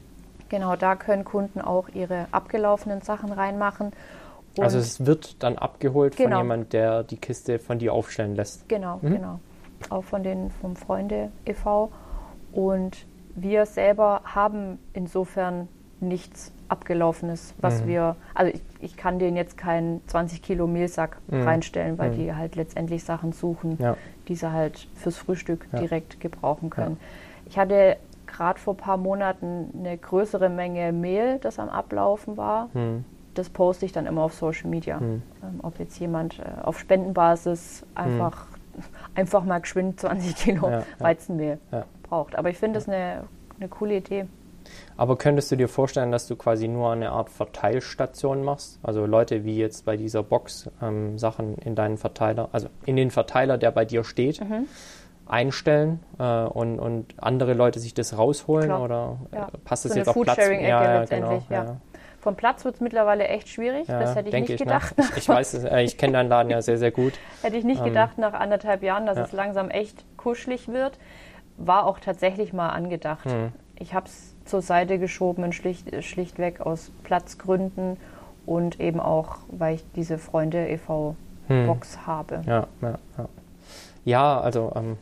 Genau, da können Kunden auch ihre abgelaufenen Sachen reinmachen. Und also es wird dann abgeholt genau. von jemand, der die Kiste von dir aufstellen lässt? Genau, mhm. genau. Auch von den vom Freunde e V. Und wir selber haben insofern nichts Abgelaufenes, was mhm. wir, also ich, ich kann denen jetzt keinen zwanzig Kilo Mehlsack mhm. reinstellen, weil mhm. die halt letztendlich Sachen suchen, ja. die sie halt fürs Frühstück ja. direkt gebrauchen können. Ja. Ich hatte gerade vor ein paar Monaten eine größere Menge Mehl, das am Ablaufen war. Mhm. Das poste ich dann immer auf Social Media. Mhm. Ähm, ob jetzt jemand äh, auf Spendenbasis einfach, mhm. einfach mal geschwind zwanzig Kilo ja, Weizenmehl ja. braucht. Aber ich finde das eine, eine coole Idee. Aber könntest du dir vorstellen, dass du quasi nur eine Art Verteilstation machst? Also Leute wie jetzt bei dieser Box ähm, Sachen in deinen Verteiler, also in den Verteiler, der bei dir steht, mhm. einstellen äh, und, und andere Leute sich das rausholen? Klar. Oder äh, ja. passt das so jetzt auf Platz? Foodsharing-Ecke ja, ja, letztendlich, genau, ja. ja. Vom Platz wird es mittlerweile echt schwierig, ja, das hätte ich nicht ich, gedacht. Ne? Ich, ich weiß, äh, ich kenne deinen Laden ja sehr, sehr gut. Hätte ich nicht ähm, gedacht nach anderthalb Jahren, dass ja. es langsam echt kuschelig wird. War auch tatsächlich mal angedacht. Hm. Ich habe es zur Seite geschoben, schlicht, schlichtweg aus Platzgründen und eben auch, weil ich diese Freunde e V-Box hm. habe. Ja, ja, ja. ja also ähm,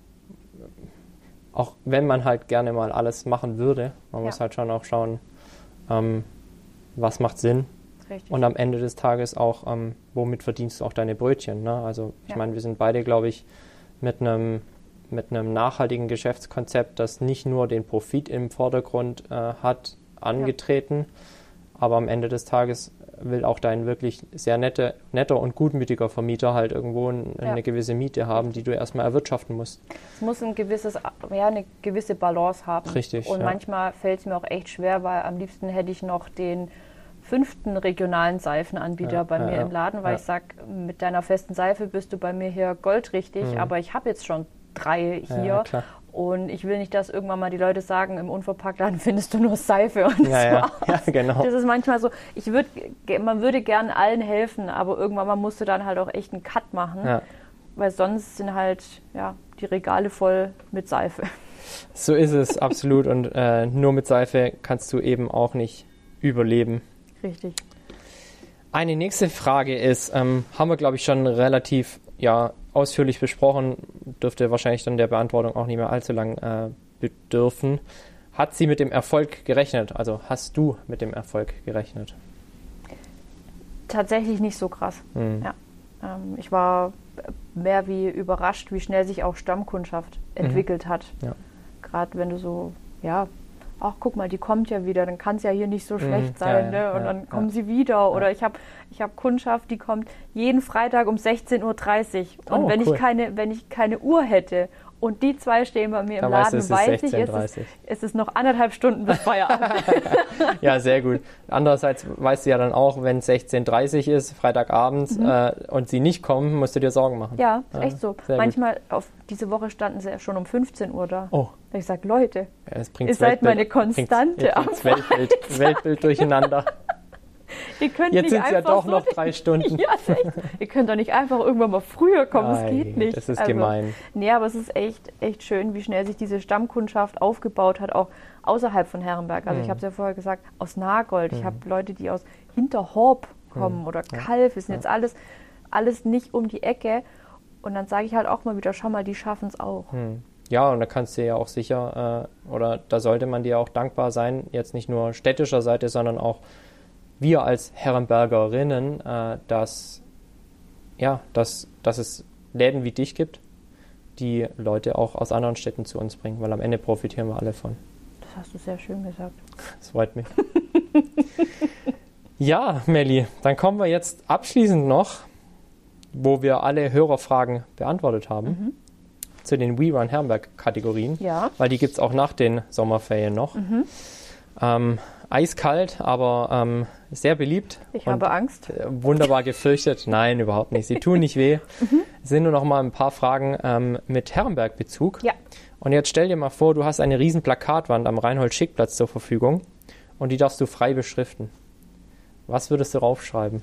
auch wenn man halt gerne mal alles machen würde, man ja. muss halt schon auch schauen, ähm, was macht Sinn. Richtig. Und am Ende des Tages auch, ähm, womit verdienst du auch deine Brötchen. Ne? Also ich ja. meine, wir sind beide, glaube ich, mit einem mit einem nachhaltigen Geschäftskonzept, das nicht nur den Profit im Vordergrund äh, hat, angetreten, ja. aber am Ende des Tages will auch dein wirklich sehr nette, netter und gutmütiger Vermieter halt irgendwo ein, ja. eine gewisse Miete haben, die du erstmal erwirtschaften musst. Es muss ein gewisses, ja, eine gewisse Balance haben. Richtig. Und ja. manchmal fällt es mir auch echt schwer, weil am liebsten hätte ich noch den fünften regionalen Seifenanbieter ja, bei ja, mir ja. im Laden, weil ja. ich sage, mit deiner festen Seife bist du bei mir hier goldrichtig, mhm. aber ich habe jetzt schon drei hier ja, und ich will nicht, dass irgendwann mal die Leute sagen, im Unverpacktladen findest du nur Seife und ja, ja. ja, genau. Das ist manchmal so, ich würd, man würde gern allen helfen, aber irgendwann mal musst du dann halt auch echt einen Cut machen, ja. weil sonst sind halt ja, die Regale voll mit Seife. So ist es, absolut, und äh, nur mit Seife kannst du eben auch nicht überleben. Richtig. Eine nächste Frage ist, ähm, haben wir glaube ich schon relativ ja, ausführlich besprochen, dürfte wahrscheinlich dann der Beantwortung auch nicht mehr allzu lang äh, bedürfen. Hat sie mit dem Erfolg gerechnet? Also hast du mit dem Erfolg gerechnet? Tatsächlich nicht so krass. Hm. Ja. Ähm, ich war mehr wie überrascht, wie schnell sich auch Stammkundschaft entwickelt mhm. hat. Ja. Gerade wenn du so, ja, ach guck mal, die kommt ja wieder, dann kann es ja hier nicht so schlecht mhm. sein. Ja, ja, ne? Und ja, dann kommen ja. sie wieder. Oder ja. ich habe ich hab Kundschaft, die kommt jeden Freitag um sechzehn Uhr dreißig. Und oh, wenn, cool. ich keine, wenn ich keine Uhr hätte und die zwei stehen bei mir da im Laden, weißt du, weiß ist ich, ist es, ist es noch anderthalb Stunden bis Feierabend. Ja, sehr gut. Andererseits weißt du ja dann auch, wenn es sechzehn Uhr dreißig ist, Freitagabends, mhm. äh, und sie nicht kommen, musst du dir Sorgen machen. Ja, ist ja, echt so. Manchmal, auf diese Woche standen sie ja schon um fünfzehn Uhr da. Oh. Da ich sage, Leute, ja, ihr seid meine Konstante. Das Weltbild, Weltbild durcheinander. Ihr könnt Jetzt nicht sind es ja doch so noch drei Stunden. Ja, echt. Ihr könnt doch nicht einfach irgendwann mal früher kommen, das geht nicht. Das ist also, gemein. Nee, aber es ist echt, echt schön, wie schnell sich diese Stammkundschaft aufgebaut hat, auch außerhalb von Herrenberg. Also mhm. ich habe es ja vorher gesagt, aus Nagold. Mhm. Ich habe Leute, die aus Hinterhorb kommen mhm. oder Kalf. Das sind ja. jetzt alles, alles nicht um die Ecke. Und dann sage ich halt auch mal wieder, schau mal, die schaffen es auch. Mhm. Ja, und da kannst du ja auch sicher, äh, oder da sollte man dir auch dankbar sein, jetzt nicht nur städtischer Seite, sondern auch wir als Herrenbergerinnen, äh, dass, ja, dass, dass es Läden wie dich gibt, die Leute auch aus anderen Städten zu uns bringen, weil am Ende profitieren wir alle von. Das hast du sehr schön gesagt. Das freut mich. Ja, Melli, dann kommen wir jetzt abschließend noch, wo wir alle Hörerfragen beantwortet haben, mhm. zu den We Run Herrenberg-Kategorien, ja. weil die gibt es auch nach den Sommerferien noch. Mhm. Ähm, eiskalt, aber ähm, sehr beliebt. Ich habe Angst. Äh, wunderbar gefürchtet. Nein, überhaupt nicht. Sie tun nicht weh. Mhm. Es sind nur noch mal ein paar Fragen ähm, mit Herrenberg-Bezug. Ja. Und jetzt stell dir mal vor, du hast eine riesen Plakatwand am Reinhold-Schick-Platz zur Verfügung und die darfst du frei beschriften. Was würdest du raufschreiben?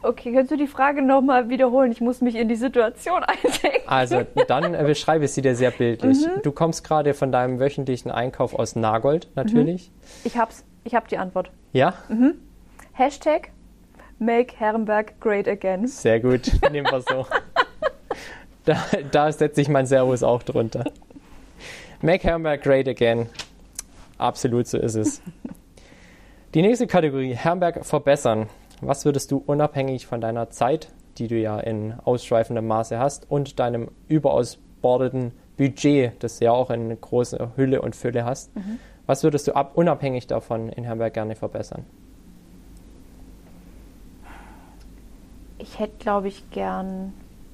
Okay, kannst du die Frage nochmal wiederholen? Ich muss mich in die Situation eindenken. Also, dann äh, beschreibe ich sie dir sehr bildlich. Mhm. Du kommst gerade von deinem wöchentlichen Einkauf aus Nagold, natürlich. Mhm. Ich hab's. Ich hab die Antwort. Ja? Mhm. Hashtag Make Herrenberg Great Again. Sehr gut, nehmen wir so. da, da setze ich mein Servus auch drunter. Make Herrenberg Great Again. Absolut, so ist es. Die nächste Kategorie, Herrenberg verbessern. Was würdest du unabhängig von deiner Zeit, die du ja in ausschweifendem Maße hast, und deinem überaus bordeten Budget, das du ja auch in großer Hülle und Fülle hast, mhm. was würdest du ab, unabhängig davon in Herrenberg gerne verbessern? Ich hätte, glaube ich, gern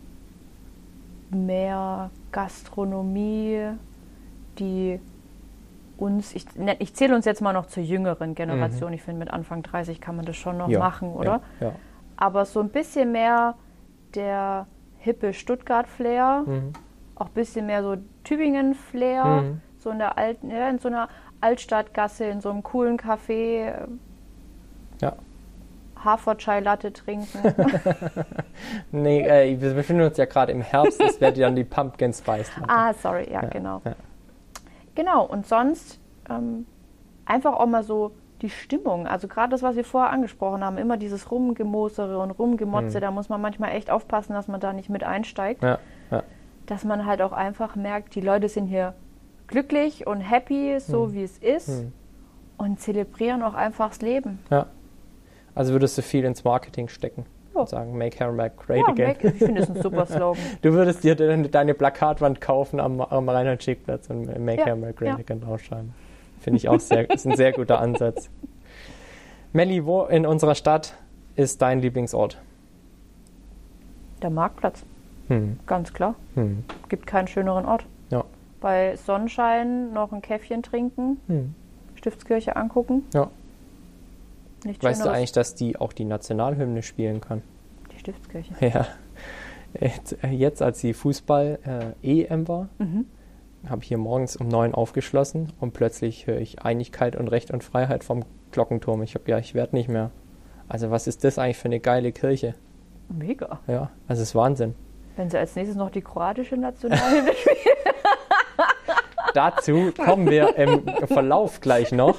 mehr Gastronomie, die uns, ich, ich zähle uns jetzt mal noch zur jüngeren Generation. Mhm. Ich finde, mit Anfang dreißig kann man das schon noch ja, machen, oder? Ja, ja. Aber so ein bisschen mehr der hippe Stuttgart-Flair, mhm. auch ein bisschen mehr so Tübingen-Flair, mhm. so in der alten, ja, in so einer Altstadtgasse, in so einem coolen Café. Ja. Hafer-Chai-Latte trinken. nee, äh, wir befinden uns ja gerade im Herbst, das wäre dann die Pumpkin Spice Latte. Ah, sorry, ja, ja genau. Ja. Genau, und sonst ähm, einfach auch mal so die Stimmung. Also gerade das, was wir vorher angesprochen haben, immer dieses Rumgemosere und Rumgemotze, mhm. da muss man manchmal echt aufpassen, dass man da nicht mit einsteigt. Ja, ja. Dass man halt auch einfach merkt, die Leute sind hier glücklich und happy, so mhm. wie es ist mhm. und zelebrieren auch einfach das Leben. Ja. Also würdest du viel ins Marketing stecken oh. und sagen, make Herrenberg great ja, again. Make, ich finde, das ist ein super Slogan. Du würdest dir deine, deine Plakatwand kaufen am, am Reinhard-Schick-Platz und make ja. Herrenberg great ja. again draufschreiben. Finde ich auch sehr, ist ein sehr guter Ansatz. Melli, wo in unserer Stadt ist dein Lieblingsort? Der Marktplatz. Hm. Ganz klar. Hm. Gibt keinen schöneren Ort. Ja. Bei Sonnenschein noch ein Käffchen trinken, hm. Stiftskirche angucken. Ja. Nicht weißt schöneres. Du eigentlich, dass die auch die Nationalhymne spielen kann? Die Stiftskirche? Ja. Jetzt, jetzt als die Fußball-E M äh, war, mhm. habe ich hier morgens um neun aufgeschlossen und plötzlich höre ich Einigkeit und Recht und Freiheit vom Glockenturm. Ich habe ja, ich werde nicht mehr. Also was ist das eigentlich für eine geile Kirche? Mega. Ja, also es ist Wahnsinn. Wenn sie als nächstes noch die kroatische Nationalhymne spielen. Dazu kommen wir im Verlauf gleich noch.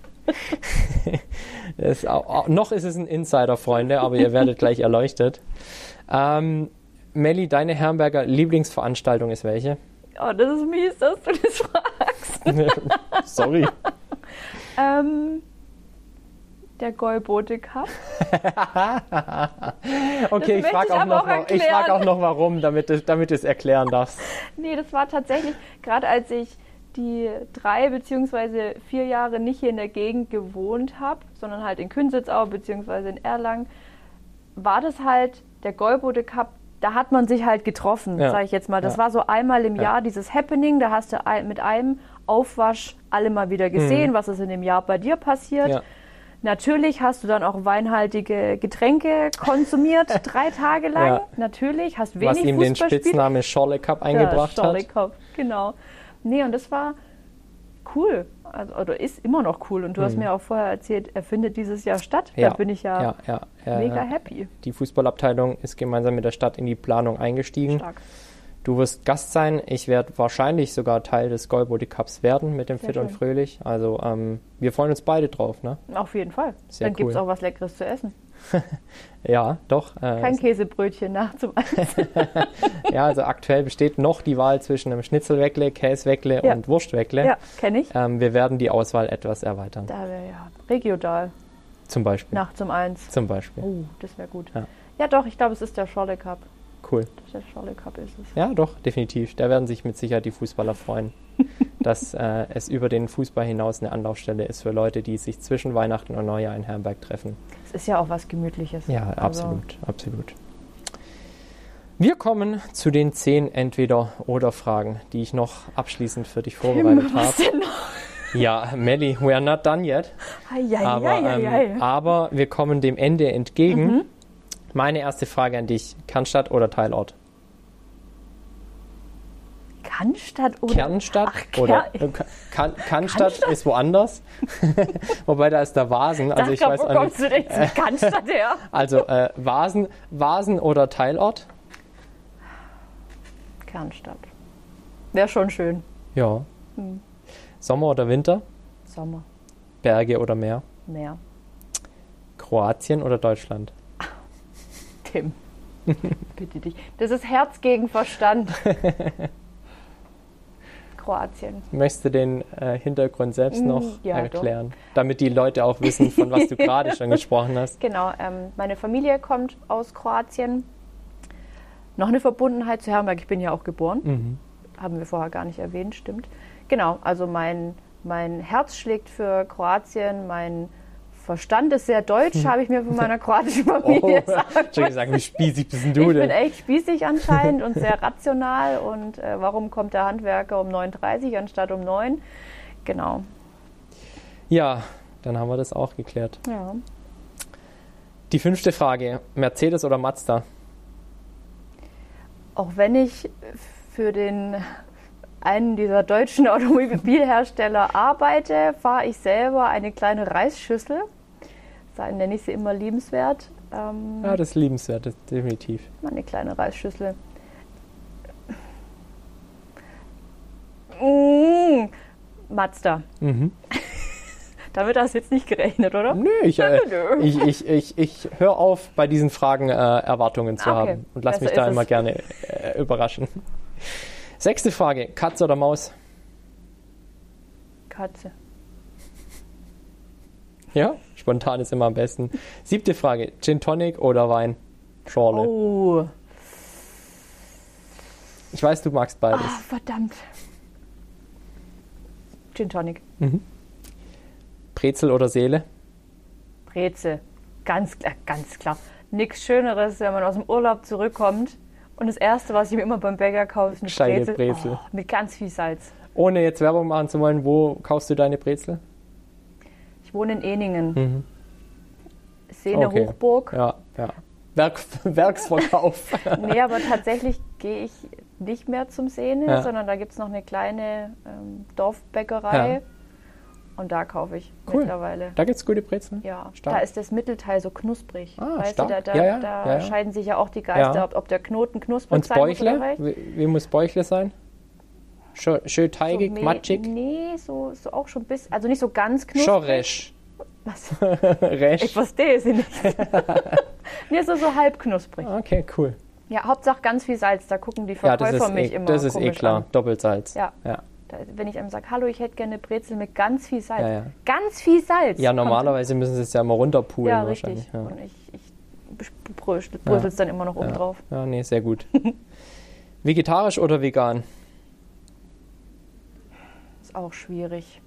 Das ist auch, auch, noch ist es ein Insider, Freunde, aber ihr werdet gleich erleuchtet. Ähm, Melli, deine Herrenberger Lieblingsveranstaltung ist welche? Oh, das ist mies, dass du das fragst. Sorry. ähm, der Gäubote Cup. Okay, ich frage auch, noch, auch ich frag auch noch warum, damit du damit es erklären darfst. Nee, das war tatsächlich, gerade als ich die drei beziehungsweise vier Jahre nicht hier in der Gegend gewohnt habe, sondern halt in Künzelsau beziehungsweise in Erlangen, war das halt der Gäubote Cup. Da hat man sich halt getroffen, ja. sage ich jetzt mal. Das ja. war so einmal im ja. Jahr dieses Happening. Da hast du mit einem Aufwasch alle mal wieder gesehen, mhm. was ist in dem Jahr bei dir passiert. Ja. Natürlich hast du dann auch weinhaltige Getränke konsumiert, drei Tage lang. Ja. Natürlich, hast wenig Was ihm Fußball den Spitznamen Schorle Cup eingebracht ja, Schorle hat. Cup, genau. Nee, und das war cool. Also, oder ist immer noch cool. Und du mhm. hast mir auch vorher erzählt, er findet dieses Jahr statt. Ja. Da bin ich ja, ja, ja, ja mega ja. happy. Die Fußballabteilung ist gemeinsam mit der Stadt in die Planung eingestiegen. Stark. Du wirst Gast sein. Ich werde wahrscheinlich sogar Teil des Gäubote Cups werden mit dem Sehr Fit schön. Und Fröhlich. Also ähm, wir freuen uns beide drauf, ne? Auf jeden Fall. Sehr Dann cool. gibt es auch was Leckeres zu essen. Ja, doch. Äh, Kein Käsebrötchen nach zum Essen. Ja, also aktuell besteht noch die Wahl zwischen einem Schnitzelweckle, Käseweckle ja. und Wurstweckle. Ja, kenne ich. Ähm, wir werden die Auswahl etwas erweitern. Da wäre ja Regional. Zum Beispiel. Nach zum Eins. Zum Beispiel. Oh, das wäre gut. Ja. ja, doch, ich glaube, es ist der Schorle Cup. Cool. Der Schorle Cup ist es. Ja, doch, definitiv. Da werden sich mit Sicherheit die Fußballer freuen, dass äh, es über den Fußball hinaus eine Anlaufstelle ist für Leute, die sich zwischen Weihnachten und Neujahr in Herrenberg treffen. Es ist ja auch was Gemütliches. Ja, also. absolut, absolut. Wir kommen zu den zehn Entweder-Oder-Fragen, die ich noch abschließend für dich vorbereitet habe. Was denn noch? Ja, Melli, we are not done yet. Ei, ei, aber, ei, ei, ähm, aber wir kommen dem Ende entgegen. Mhm. Meine erste Frage an dich, Cannstatt oder Teilort? Cannstatt oder? Kernstadt Ach, oder Ker Kann, Cannstatt ist woanders. Wobei da ist der Vasen. Also ich glaub, weiß wo auch kommst nicht. du denn zu Cannstatt her? Also äh, Vasen, Vasen oder Teilort? Kernstadt. Wäre schon schön. Ja. Hm. Sommer oder Winter? Sommer. Berge oder Meer? Meer. Kroatien oder Deutschland? Tim, bitte dich. Das ist Herz gegen Verstand. Kroatien. Möchtest du den äh, Hintergrund selbst noch ja, erklären? Doch. Damit die Leute auch wissen, von was du gerade schon gesprochen hast. Genau. Ähm, meine Familie kommt aus Kroatien. Noch eine Verbundenheit zu Herrenberg. Ich bin ja auch geboren. Mhm. Haben wir vorher gar nicht erwähnt, stimmt. Genau, also mein, mein Herz schlägt für Kroatien, mein Verstand ist sehr deutsch, habe ich mir von meiner kroatischen Familie oh, gesagt. schon gesagt, wie spießig bist denn du ich denn? bin echt spießig anscheinend und sehr rational. Und äh, warum kommt der Handwerker um neun Uhr dreißig anstatt um neun? Genau. Ja, dann haben wir das auch geklärt. Ja. Die fünfte Frage, Mercedes oder Mazda? Auch wenn ich für den einen dieser deutschen Automobilhersteller arbeite, fahre ich selber eine kleine Reisschüssel. Da nenne ich sie immer liebenswert. Ähm, ja, das ist liebenswert, das definitiv. Eine kleine Reisschüssel. Mmh, Mazda. Mhm. Damit hast du jetzt nicht gerechnet, oder? Nö, ich, äh, ich, ich, ich, ich höre auf, bei diesen Fragen äh, Erwartungen zu okay. haben und lass Besser mich da ist immer es. gerne äh, überraschen. Sechste Frage, Katze oder Maus? Katze. Ja, spontan ist immer am besten. Siebte Frage, Gin Tonic oder Wein? Schorle. Oh. Ich weiß, du magst beides. Ah, verdammt. Gin Tonic. Mhm. Brezel oder Seele? Brezel. Ganz, äh, ganz klar. Nichts Schöneres, wenn man aus dem Urlaub zurückkommt und das Erste, was ich mir immer beim Bäcker kaufe, ist eine Gescheite Brezel. Brezel. Oh, mit ganz viel Salz. Ohne jetzt Werbung machen zu wollen, wo kaufst du deine Brezel? Ich wohne in Eningen. Mhm. Sehne Okay. Hochburg. Ja, ja. Werk, Werksverkauf. Nee, aber tatsächlich gehe ich nicht mehr zum Sehne, Ja. sondern da gibt es noch eine kleine ähm, Dorfbäckerei. Ja. Und da kaufe ich Cool. mittlerweile. Da gibt es gute Brezeln? Ja, Stark. da ist das Mittelteil so knusprig. Ah, weißt stark. du, da, da, Ja, ja, da ja, ja. scheiden sich ja auch die Geister, Ja. ob, ob der Knoten knusprig Und sein muss oder Bäuchle? weich. Wie, wie muss Bäuchle sein? Schön, schön teigig, me- matschig? Nee, so, so auch schon ein bisschen, also nicht so ganz knusprig. Schon resch. Was? resch. Ich verstehe sie nicht. Nee, so, so halb knusprig. Okay, cool. Ja, Hauptsache ganz viel Salz, da gucken die Ja, das Verkäufer ist, mich eh, immer das ist eh komisch klar. an. Doppelsalz. Ja. Ja. Da, wenn ich einem sage, hallo, ich hätte gerne eine Brezel mit ganz viel Salz. Ja, ja. Ganz viel Salz. Ja, kommt- normalerweise müssen sie es ja mal runterpulen Ja, wahrscheinlich. richtig. Ja. Und ich, ich brösel es dann immer noch oben Ja. drauf. ja, nee, sehr gut. Vegetarisch oder vegan? Ist auch schwierig.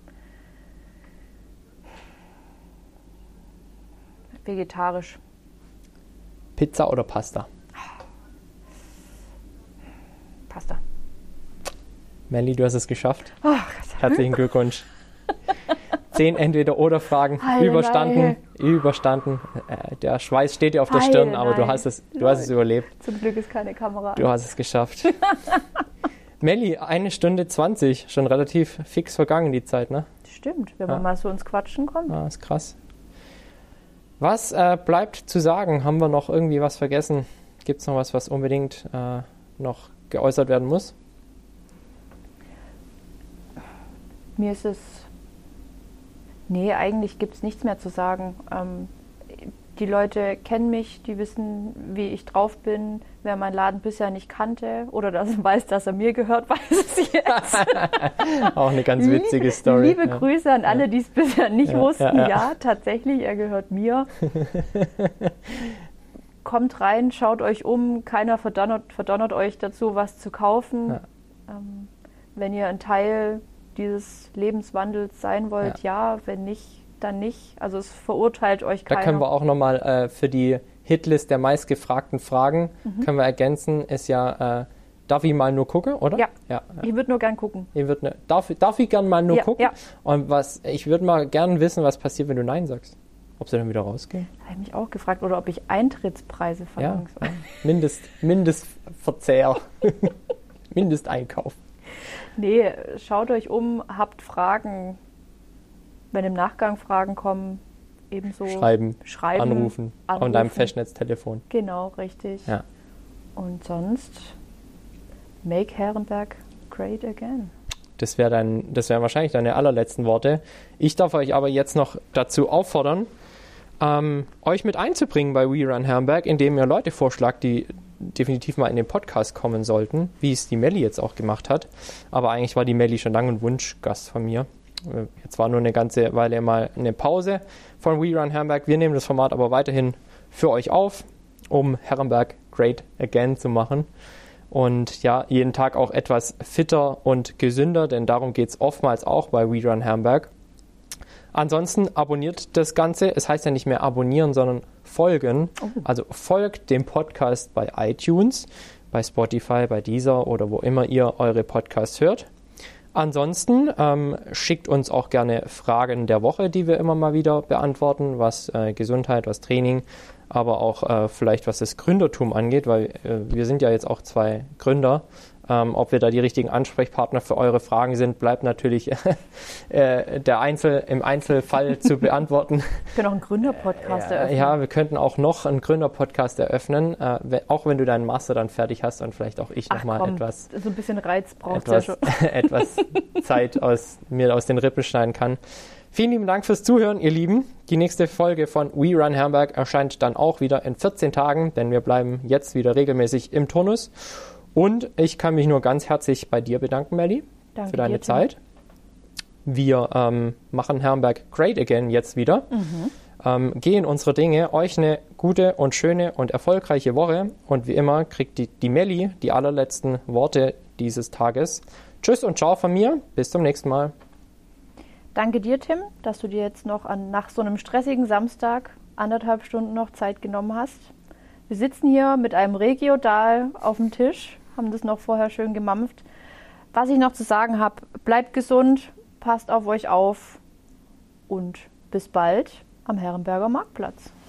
Vegetarisch. Pizza oder Pasta? Pasta. Melli, du hast es geschafft. Oh, Herzlichen Glückwunsch. Zehn Entweder-Oder-Fragen Heile überstanden. Nein. Überstanden. Äh, der Schweiß steht dir auf der Heile Stirn, aber du Nein. hast es, du hast es überlebt. Zum Glück ist keine Kamera. Du hast es geschafft. Melli, eine Stunde zwanzig. Schon relativ fix vergangen die Zeit, ne? Stimmt, wenn Ja. man mal so ins Quatschen kommt. Ah, ist krass. Was äh, bleibt zu sagen? Haben wir noch irgendwie was vergessen? Gibt es noch was, was unbedingt äh, noch geäußert werden muss? Mir ist es. Nee, eigentlich gibt es nichts mehr zu sagen. Ähm, die Leute kennen mich, die wissen, wie ich drauf bin. Wer meinen Laden bisher nicht kannte oder das weiß, dass er mir gehört, weiß es jetzt. Auch eine ganz witzige Story. Liebe ja. Grüße an alle, die es bisher nicht Ja, wussten. ja, Ja, ja. tatsächlich, er gehört mir. Kommt rein, schaut euch um. Keiner verdonnert, verdonnert euch dazu, was zu kaufen. Ja. Ähm, wenn ihr ein Teil dieses Lebenswandels sein wollt, ja. Wenn nicht, dann nicht. Also es verurteilt euch Da keiner. können wir auch nochmal äh, für die Hitlist der meistgefragten Fragen, Mhm. können wir ergänzen, ist ja, äh, darf ich mal nur gucken, oder? Ja. ja. Ich würde nur gern gucken. Ich würd ne, darf, darf ich gern mal nur Ja, gucken? ja. Und was, ich würde mal gern wissen, was passiert, wenn du Nein sagst. Ob sie dann wieder rausgehen? Habe ich mich auch gefragt. Oder ob ich Eintrittspreise Ja. verlange. ja. Mindest, Mindestverzehr. Mindesteinkauf. Nee, schaut euch um, habt Fragen. Wenn im Nachgang Fragen kommen, ebenso schreiben, schreiben anrufen, anrufen. An deinem Festnetztelefon. Genau, richtig. Ja. Und sonst make Herrenberg great again. Das wäre dann, das wären wahrscheinlich deine allerletzten Worte. Ich darf euch aber jetzt noch dazu auffordern, ähm, euch mit einzubringen bei We Run Herrenberg, indem ihr Leute vorschlagt, die definitiv mal in den Podcast kommen sollten, wie es die Melli jetzt auch gemacht hat. Aber eigentlich war die Melli schon lange ein Wunschgast von mir. Jetzt war nur eine ganze Weile mal eine Pause von We Run Herrenberg. Wir nehmen das Format aber weiterhin für euch auf, um Herrenberg great again zu machen. Und ja, jeden Tag auch etwas fitter und gesünder, denn darum geht es oftmals auch bei We Run Herrenberg. Ansonsten abonniert das Ganze. Es heißt ja nicht mehr abonnieren, sondern folgen. Oh. Also folgt dem Podcast bei iTunes, bei Spotify, bei Deezer oder wo immer ihr eure Podcasts hört. Ansonsten ähm, schickt uns auch gerne Fragen der Woche, die wir immer mal wieder beantworten, was äh, Gesundheit, was Training, aber auch äh, vielleicht was das Gründertum angeht, weil äh, wir sind ja jetzt auch zwei Gründer. Ähm, ob wir da die richtigen Ansprechpartner für eure Fragen sind, bleibt natürlich äh, der Einzel, im Einzelfall zu beantworten. Wir können auch einen Gründerpodcast äh, eröffnen. Ja, wir könnten auch noch einen Gründerpodcast eröffnen, äh, wenn, auch wenn du deinen Master dann fertig hast und vielleicht auch ich nochmal etwas, so ein bisschen Reiz braucht etwas, ja schon. etwas Zeit aus, mir aus den Rippen schneiden kann. Vielen lieben Dank fürs Zuhören, ihr Lieben. Die nächste Folge von We Run Herrenberg erscheint dann auch wieder in vierzehn Tagen, denn wir bleiben jetzt wieder regelmäßig im Turnus. Und ich kann mich nur ganz herzlich bei dir bedanken, Melli, für deine dir, Zeit. Wir ähm, machen Herrenberg great again jetzt wieder. Mhm. Ähm, gehen unsere Dinge. Euch eine gute und schöne und erfolgreiche Woche. Und wie immer kriegt die, die Melli die allerletzten Worte dieses Tages. Tschüss und ciao von mir. Bis zum nächsten Mal. Danke dir, Tim, dass du dir jetzt noch an, nach so einem stressigen Samstag anderthalb Stunden noch Zeit genommen hast. Wir sitzen hier mit einem Regiodal auf dem Tisch, haben das noch vorher schön gemampft. Was ich noch zu sagen habe, bleibt gesund, passt auf euch auf und bis bald am Herrenberger Marktplatz.